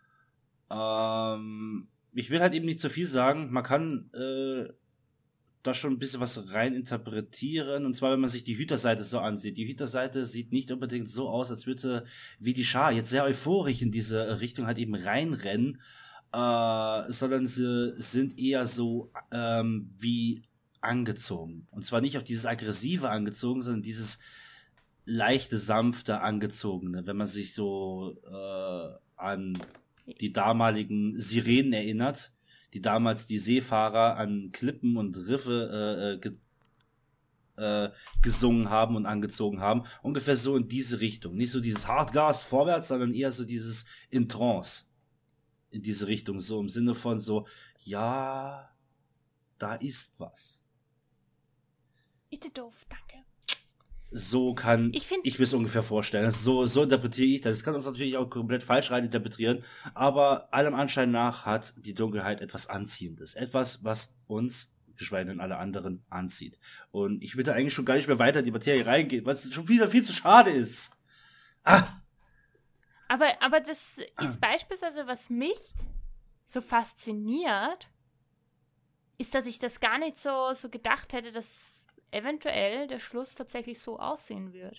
Ähm, ich will halt eben nicht zu viel sagen. Man kann äh, da schon ein bisschen was rein interpretieren. Und zwar, wenn man sich die Hüterseite so ansieht. Die Hüterseite sieht nicht unbedingt so aus, als würde wie die Schar jetzt sehr euphorisch in diese Richtung halt eben reinrennen. Äh, sondern sie sind eher so ähm, wie angezogen. Und zwar nicht auf dieses aggressive angezogen, sondern dieses leichte, sanfte angezogene. Wenn man sich so äh, an die damaligen Sirenen erinnert, die damals die Seefahrer an Klippen und Riffe äh, ge- äh, gesungen haben und angezogen haben. Ungefähr so in diese Richtung. Nicht so dieses Hardgas vorwärts, sondern eher so dieses in Trance. In diese Richtung. So im Sinne von so, ja, da ist was. Bitte doof, danke. So kann ich, ich mir es ungefähr vorstellen. So, so interpretiere ich das. Das kann uns natürlich auch komplett falsch rein interpretieren, aber allem Anschein nach hat die Dunkelheit etwas Anziehendes. Etwas, was uns, geschweige denn alle anderen, anzieht. Und ich würde eigentlich schon gar nicht mehr weiter in die Materie reingehen, weil es schon wieder viel zu schade ist. Ah! Aber, aber das ist beispielsweise, was mich so fasziniert, ist, dass ich das gar nicht so, so gedacht hätte, dass eventuell der Schluss tatsächlich so aussehen wird.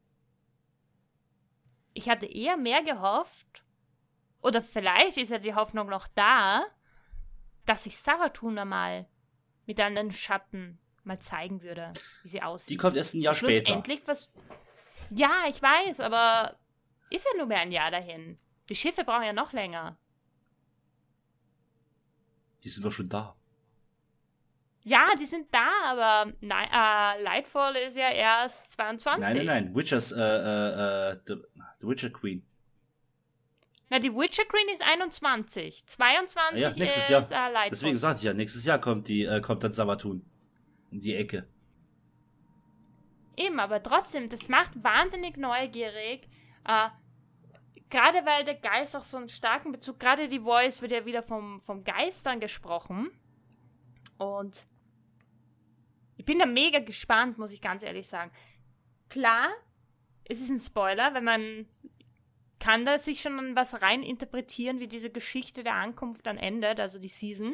Ich hatte eher mehr gehofft, oder vielleicht ist ja die Hoffnung noch da, dass sich Savathûn mal mit anderen Schatten mal zeigen würde, wie sie aussieht. Die kommt erst ein Jahr später. Endlich was. Ja, ich weiß, aber ist ja nur mehr ein Jahr dahin. Die Schiffe brauchen ja noch länger. Die sind doch schon da. Ja, die sind da, aber nein, äh, Lightfall ist ja erst zweiundzwanzig. Nein, nein, nein. Witchers, äh, äh, äh, the, the Witcher Queen. Na, die Witcher Queen ist einundzwanzig. zweiundzwanzig ja, nächstes ist Jahr. Äh, Lightfall. Deswegen sagte ich ja, nächstes Jahr kommt die, äh, kommt dann Savathûn. In die Ecke. Eben, aber trotzdem, das macht wahnsinnig neugierig. Äh, gerade weil der Geist auch so einen starken Bezug, gerade die Voice wird ja wieder vom, vom Geistern gesprochen. Und ich bin da mega gespannt, muss ich ganz ehrlich sagen. Klar, es ist ein Spoiler, wenn man kann da sich schon was rein interpretieren, wie diese Geschichte der Ankunft dann endet, also die Season.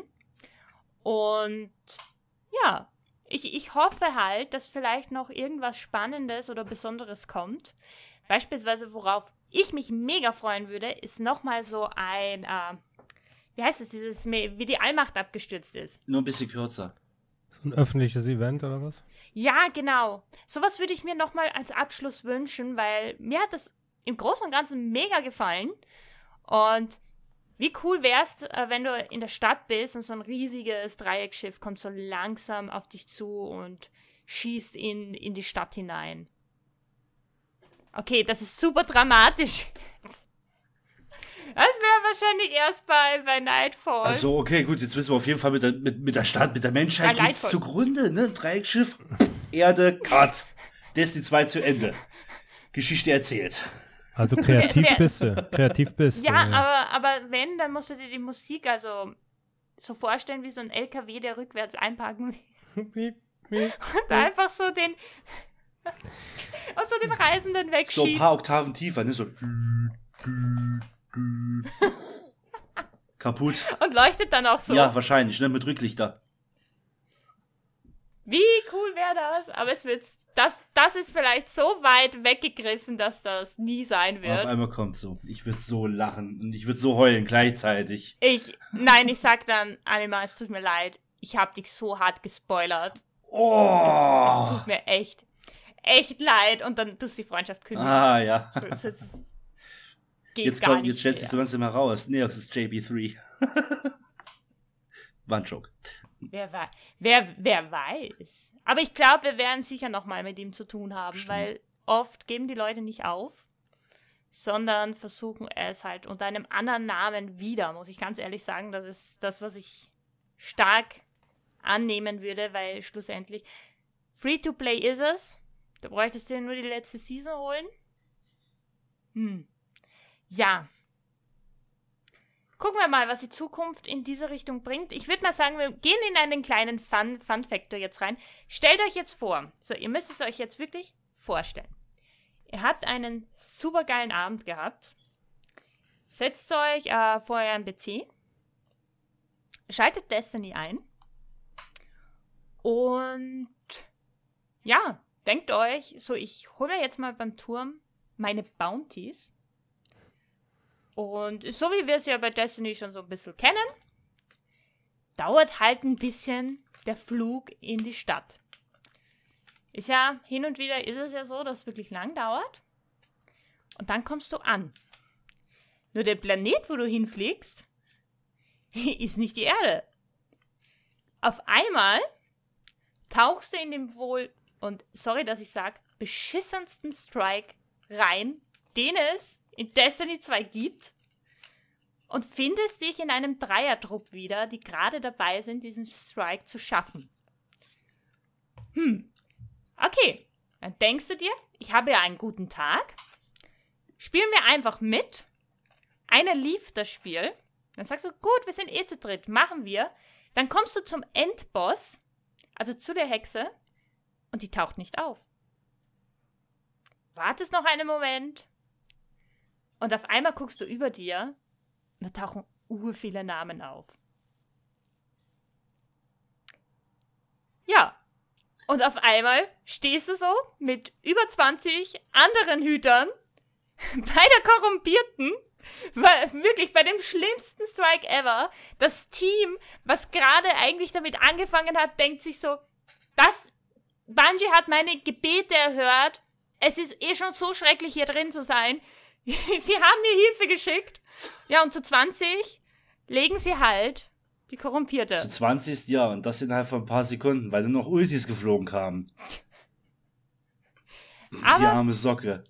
Und ja, ich, ich hoffe halt, dass vielleicht noch irgendwas Spannendes oder Besonderes kommt. Beispielsweise, worauf ich mich mega freuen würde, ist nochmal so ein, äh, wie heißt es, dieses, wie die Allmacht abgestürzt ist. Nur ein bisschen kürzer. So ein öffentliches Event oder was? Ja, genau. Sowas würde ich mir nochmal als Abschluss wünschen, weil mir hat das im Großen und Ganzen mega gefallen. Und wie cool wär's, wenn du in der Stadt bist und so ein riesiges Dreieckschiff kommt so langsam auf dich zu und schießt in, in die Stadt hinein. Okay, das ist super dramatisch. Das wäre wahrscheinlich erst bei, bei Nightfall. Also, okay, gut, jetzt wissen wir auf jeden Fall, mit der, mit, mit der Stadt, mit der Menschheit ja, geht's zugrunde, ne? Dreieckschiff, Erde, Cut. Destiny zwei zu Ende. Geschichte erzählt. Also kreativ bist du. Kreativ bist du. Ja, aber, aber wenn, dann musst du dir die Musik also so vorstellen wie so ein L K W, der rückwärts einparken will. Und einfach so den und so den Reisenden wegschießt. So ein paar Oktaven tiefer, ne? So kaputt. Und leuchtet dann auch so. Ja, wahrscheinlich, ne? Mit Rücklichter. Wie cool wäre das? Aber es wird, das, das ist vielleicht so weit weggegriffen, dass das nie sein wird. Auf einmal kommt so. Ich würde so lachen und ich würde so heulen gleichzeitig. Ich, nein, ich sag dann, Anima, es tut mir leid. Ich hab dich so hart gespoilert. Oh! Es, es tut mir echt, echt leid. Und dann tust du die Freundschaft kündigen. Ah, ja. So, es ist, geht Jetzt, gar kommt, nicht jetzt stellt sich so mehr. langsam heraus. Neox ist J B drei. War ein Joke. Wer, wei- wer, wer weiß. Aber ich glaube, wir werden sicher noch mal mit ihm zu tun haben, Stimmt. weil oft geben die Leute nicht auf, sondern versuchen es halt unter einem anderen Namen wieder, muss ich ganz ehrlich sagen. Das ist das, was ich stark annehmen würde, weil schlussendlich Free-to-Play ist es. Da bräuchtest du dir nur die letzte Season holen. Hm. Ja. Gucken wir mal, was die Zukunft in diese Richtung bringt. Ich würde mal sagen, wir gehen in einen kleinen Fun, Fun-Factor jetzt rein. Stellt euch jetzt vor, so, ihr müsst es euch jetzt wirklich vorstellen. Ihr habt einen supergeilen Abend gehabt, setzt euch äh, vor euren P C, schaltet Destiny ein und ja, denkt euch, so, ich hole mir jetzt mal beim Turm meine Bounties. Und so wie wir es ja bei Destiny schon so ein bisschen kennen, dauert halt ein bisschen der Flug in die Stadt. Ist ja, hin und wieder ist es ja so, dass es wirklich lang dauert. Und dann kommst du an. Nur der Planet, wo du hinfliegst, ist nicht die Erde. Auf einmal tauchst du in dem wohl, und sorry, dass ich sage, beschissensten Strike rein, den es in Destiny zwei gibt, und findest dich in einem Dreiertrupp wieder, die gerade dabei sind, diesen Strike zu schaffen. Hm. Okay, dann denkst du dir, ich habe ja einen guten Tag, spielen wir einfach mit, einer lief das Spiel, dann sagst du, gut, wir sind eh zu dritt, machen wir, dann kommst du zum Endboss, also zu der Hexe, und die taucht nicht auf. Wartest noch einen Moment, und auf einmal guckst du über dir und da tauchen ur viele Namen auf. Ja, und auf einmal stehst du so mit über zwanzig anderen Hütern bei der Korrumpierten, weil wirklich bei dem schlimmsten Strike ever. Das Team, was gerade eigentlich damit angefangen hat, denkt sich so, das Bungie hat meine Gebete erhört. Es ist eh schon so schrecklich, hier drin zu sein. Sie haben mir Hilfe geschickt. Ja, und zu zwanzig legen sie halt die Korrumpierte. Zu zwanzig, ja, und das innerhalb von ein paar Sekunden, weil nur noch Ultis geflogen kamen. Aber, die arme Socke.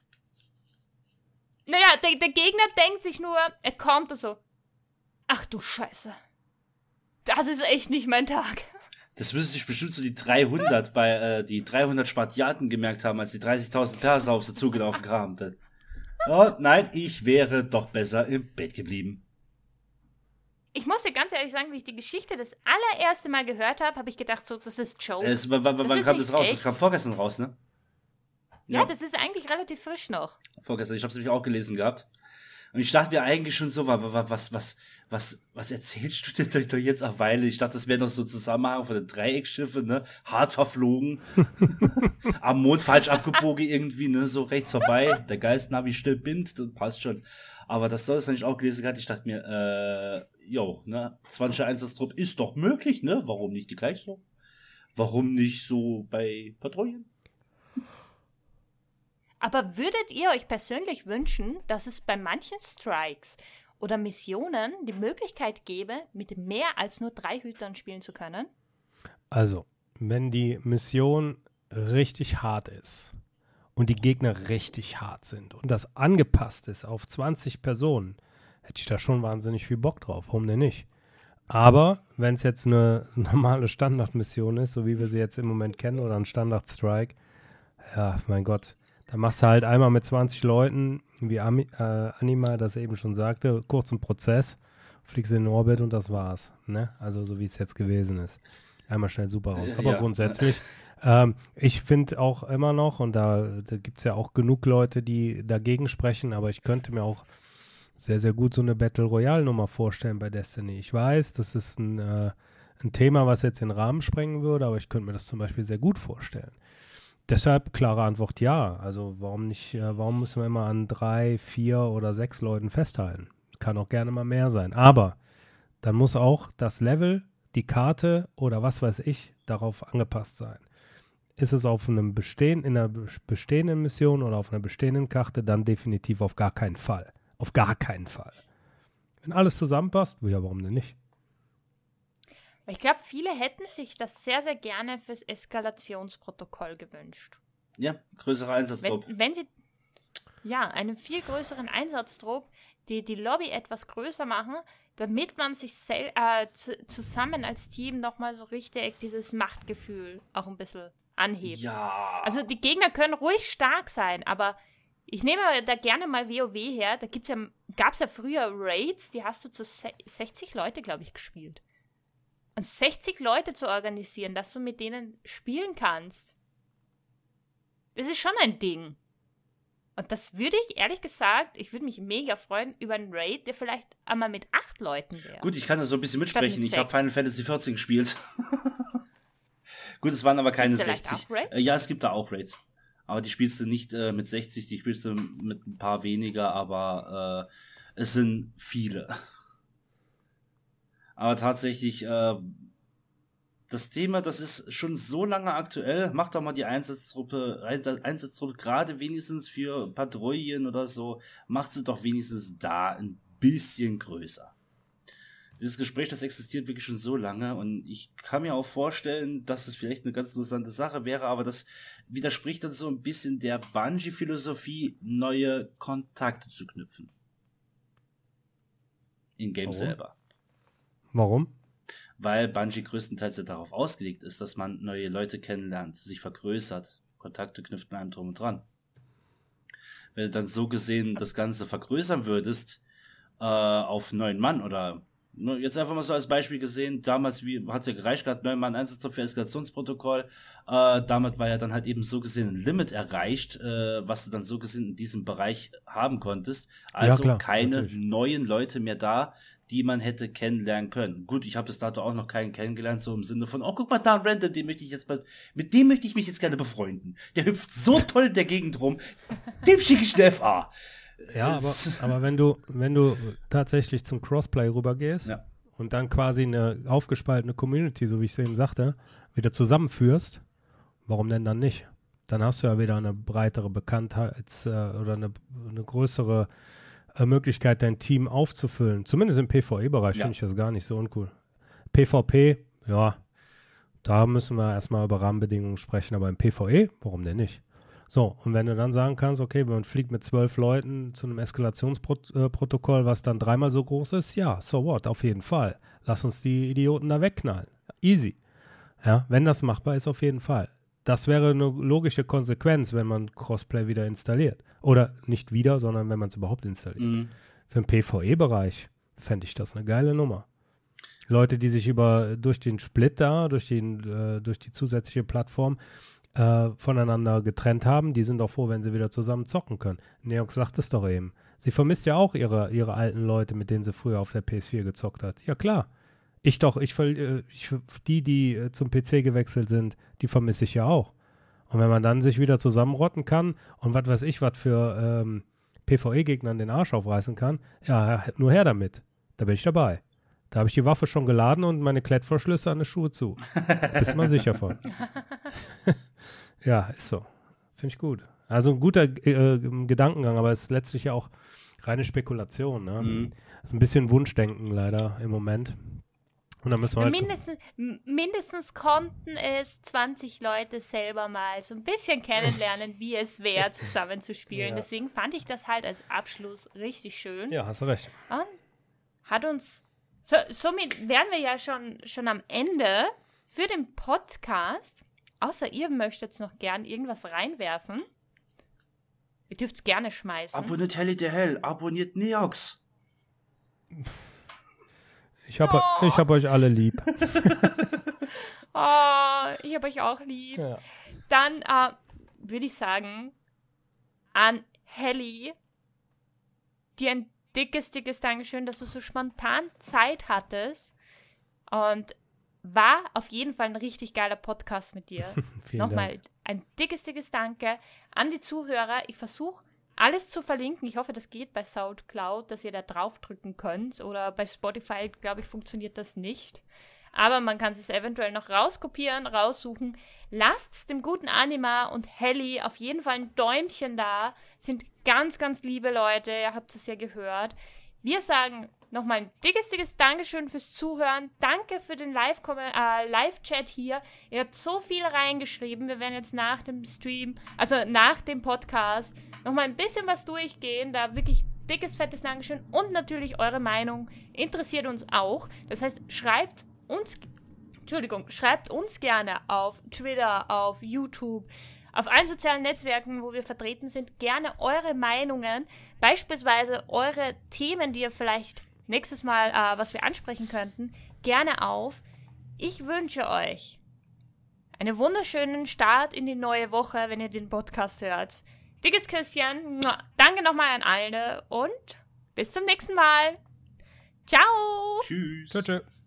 Naja, der, der Gegner denkt sich nur, er kommt und so, ach du Scheiße. Das ist echt nicht mein Tag. Das müssen sich bestimmt so die dreihundert bei, äh, die dreihundert Spartiaten gemerkt haben, als die dreißigtausend Perser auf sie zugelaufen kamen. Oh, nein, ich wäre doch besser im Bett geblieben. Ich muss dir ganz ehrlich sagen, wie ich die Geschichte das allererste Mal gehört habe, habe ich gedacht, so, das ist Joke. Es, w- w- Das wann ist kam nicht das raus? echt. Das kam vorgestern raus, ne? Ja, das ist eigentlich relativ frisch noch. Vorgestern, ich habe es nämlich auch gelesen gehabt. Und ich dachte mir eigentlich schon so, wa- wa- was, was, was, was erzählst du denn doch jetzt eine Weile? Ich dachte, das wäre noch so Zusammenhang von den Dreieckschiffen, ne? Hart verflogen. Am Mond falsch abgebogen irgendwie, ne? So rechts vorbei. Der Geist-Navi still bindet, das passt schon. Aber das soll es nicht auch gelesen gehabt. Ich dachte mir, äh, jo, ne? zwanzig Einsatztrupp ist doch möglich, ne? Warum nicht die gleich so? Warum nicht so bei Patrouillen? Aber würdet ihr euch persönlich wünschen, dass es bei manchen Strikes oder Missionen die Möglichkeit gäbe, mit mehr als nur drei Hütern spielen zu können? Also, wenn die Mission richtig hart ist und die Gegner richtig hart sind und das angepasst ist auf zwanzig Personen, hätte ich da schon wahnsinnig viel Bock drauf. Warum denn nicht? Aber wenn es jetzt eine normale Standardmission ist, so wie wir sie jetzt im Moment kennen, oder ein Standard-Strike, ja, mein Gott, da machst du halt einmal mit zwanzig Leuten, wie Ami, äh, Anima das eben schon sagte, kurzen Prozess, fliegst in den Orbit und das war's. Ne? Also so wie es jetzt gewesen ist. Einmal schnell super raus. Aber Ja. grundsätzlich, ähm, ich finde auch immer noch, und da, da gibt es ja auch genug Leute, die dagegen sprechen, aber ich könnte mir auch sehr, sehr gut so eine Battle Royale Nummer vorstellen bei Destiny. Ich weiß, das ist ein, äh, ein Thema, was jetzt den Rahmen sprengen würde, aber ich könnte mir das zum Beispiel sehr gut vorstellen. Deshalb klare Antwort ja. Also warum nicht, äh, warum müssen wir immer an drei, vier oder sechs Leuten festhalten? Kann auch gerne mal mehr sein. Aber dann muss auch das Level, die Karte oder was weiß ich, darauf angepasst sein. Ist es auf einem bestehen, in einer bestehenden Mission oder auf einer bestehenden Karte, dann definitiv auf gar keinen Fall. Auf gar keinen Fall. Wenn alles zusammenpasst, ja, warum denn nicht? Ich glaube, viele hätten sich das sehr, sehr gerne fürs Eskalationsprotokoll gewünscht. Ja, größere Einsatzdruck. Wenn, wenn sie, ja, einen viel größeren Einsatzdruck, die die Lobby etwas größer machen, damit man sich sel- äh, zu, zusammen als Team nochmal so richtig dieses Machtgefühl auch ein bisschen anhebt. Ja. Also die Gegner können ruhig stark sein, aber ich nehme da gerne mal WoW her. Da gibt's ja, gab es ja früher Raids, die hast du zu se- sechzig Leute, glaube ich, gespielt. Und sechzig Leute zu organisieren, dass du mit denen spielen kannst, das ist schon ein Ding. Und das würde ich, ehrlich gesagt, ich würde mich mega freuen über einen Raid, der vielleicht einmal mit acht Leuten wäre. Gut, ich kann da so ein bisschen mitsprechen. mit Ich habe sechs. Final Fantasy vierzehn gespielt. Gut, es waren aber keine Gibt's vielleicht sechzig. auch Raids? Äh, ja, es gibt da auch Raids. Aber die spielst du nicht äh, mit sechzig, die spielst du mit ein paar weniger, aber äh, es sind viele. Aber tatsächlich, äh, das Thema, das ist schon so lange aktuell. Mach doch mal die Einsatztruppe, Einsatztruppe gerade wenigstens für Patrouillen oder so, macht sie doch wenigstens da ein bisschen größer. Dieses Gespräch, das existiert wirklich schon so lange und ich kann mir auch vorstellen, dass es vielleicht eine ganz interessante Sache wäre, aber das widerspricht dann so ein bisschen der Bungie-Philosophie, neue Kontakte zu knüpfen. In Game Warum? selber. Warum? Weil Bungie größtenteils ja darauf ausgelegt ist, dass man neue Leute kennenlernt, sich vergrößert, Kontakte knüpft mit einem drum und dran. Wenn du dann so gesehen das Ganze vergrößern würdest, äh, auf neun Mann oder ne, jetzt einfach mal so als Beispiel gesehen, damals wie hat ja gereicht gehabt, neun Mann Einsatz für Eskalationsprotokoll, äh, damit war ja dann halt eben so gesehen ein Limit erreicht, äh, was du dann so gesehen in diesem Bereich haben konntest. Also Ja, klar, keine natürlich. neuen Leute mehr da, die man hätte kennenlernen können. Gut, ich habe bis dato auch noch keinen kennengelernt, so im Sinne von, oh, guck mal da, Randall, den möchte ich jetzt mal, mit dem möchte ich mich jetzt gerne befreunden. Der hüpft so toll in der Gegend rum, dem schicke ich eine F A. Ja, aber, Es- aber wenn du, wenn du tatsächlich zum Crossplay rübergehst Ja. und dann quasi eine aufgespaltene Community, so wie ich es eben sagte, wieder zusammenführst, warum denn dann nicht? Dann hast du ja wieder eine breitere Bekanntheit äh, oder eine, eine größere äh, Möglichkeit, dein Team aufzufüllen. Zumindest im PvE-Bereich Ja. finde ich das gar nicht so uncool. PvP, ja, da müssen wir erstmal über Rahmenbedingungen sprechen, aber im PvE, warum denn nicht? So, und wenn du dann sagen kannst, okay, man fliegt mit zwölf Leuten zu einem Eskalationsprotokoll, was dann dreimal so groß ist, ja, so what, auf jeden Fall. Lass uns die Idioten da wegknallen. Easy. Ja, wenn das machbar ist, auf jeden Fall. Das wäre eine logische Konsequenz, wenn man Crossplay wieder installiert. Oder nicht wieder, sondern wenn man es überhaupt installiert. Mhm. Für den PvE-Bereich fände ich das eine geile Nummer. Leute, die sich über durch den Split da, durch, den, äh, durch die zusätzliche Plattform äh, voneinander getrennt haben, die sind doch froh, wenn sie wieder zusammen zocken können. Neox sagt es doch eben. Sie vermisst ja auch ihre, ihre alten Leute, mit denen sie früher auf der P S vier gezockt hat. Ja klar. Ich doch, ich, äh, ich die, die äh, zum P C gewechselt sind, die vermisse ich ja auch. Und wenn man dann sich wieder zusammenrotten kann und was weiß ich, was für ähm, PvE-Gegnern den Arsch aufreißen kann, ja, nur her damit. Da bin ich dabei. Da habe ich die Waffe schon geladen und meine Klettverschlüsse an die Schuhe zu. Bist mal sicher von. Ja, ist so. Finde ich gut. Also ein guter äh, Gedankengang, aber es ist letztlich ja auch reine Spekulation. Ne? Mhm. Das ist ein bisschen Wunschdenken leider im Moment. Und dann müssen wir halt Mindestens, m- mindestens konnten es zwanzig Leute selber mal so ein bisschen kennenlernen, wie es wäre, zusammen zu spielen. Ja. Deswegen fand ich das halt als Abschluss richtig schön. Ja, hast du recht. Und hat uns, so, somit wären wir ja schon, schon am Ende für den Podcast. Außer ihr möchtet noch gern irgendwas reinwerfen. Ihr dürft es gerne schmeißen. Abonniert Helly the Hell, abonniert Neox. Ich habe Oh. ich hab euch alle lieb. Oh, ich habe euch auch lieb. Ja. Dann äh, würde ich sagen, an Helly, dir ein dickes, dickes Dankeschön, dass du so spontan Zeit hattest und war auf jeden Fall ein richtig geiler Podcast mit dir. Vielen Nochmal Dank. ein dickes, dickes Danke an die Zuhörer. Ich versuche alles zu verlinken. Ich hoffe, das geht bei Soundcloud, dass ihr da draufdrücken könnt. Oder bei Spotify, glaube ich, funktioniert das nicht. Aber man kann es eventuell noch rauskopieren, raussuchen. Lasst dem guten Anima und Helly auf jeden Fall ein Däumchen da. Sind ganz, ganz liebe Leute. Ihr habt es ja gehört. Wir sagen nochmal ein dickes, dickes Dankeschön fürs Zuhören. Danke für den Live-Chat äh, Live hier. Ihr habt so viel reingeschrieben. Wir werden jetzt nach dem Stream, also nach dem Podcast, nochmal ein bisschen was durchgehen. Da wirklich dickes, fettes Dankeschön. Und natürlich eure Meinung interessiert uns auch. Das heißt, schreibt uns, Entschuldigung, schreibt uns gerne auf Twitter, auf YouTube, auf allen sozialen Netzwerken, wo wir vertreten sind, gerne eure Meinungen, beispielsweise eure Themen, die ihr vielleicht nächstes Mal, äh, was wir ansprechen könnten, gerne auf. Ich wünsche euch einen wunderschönen Start in die neue Woche, wenn ihr den Podcast hört. Dickes Küsschen, danke nochmal an alle und bis zum nächsten Mal. Ciao! Tschüss. Tschüss.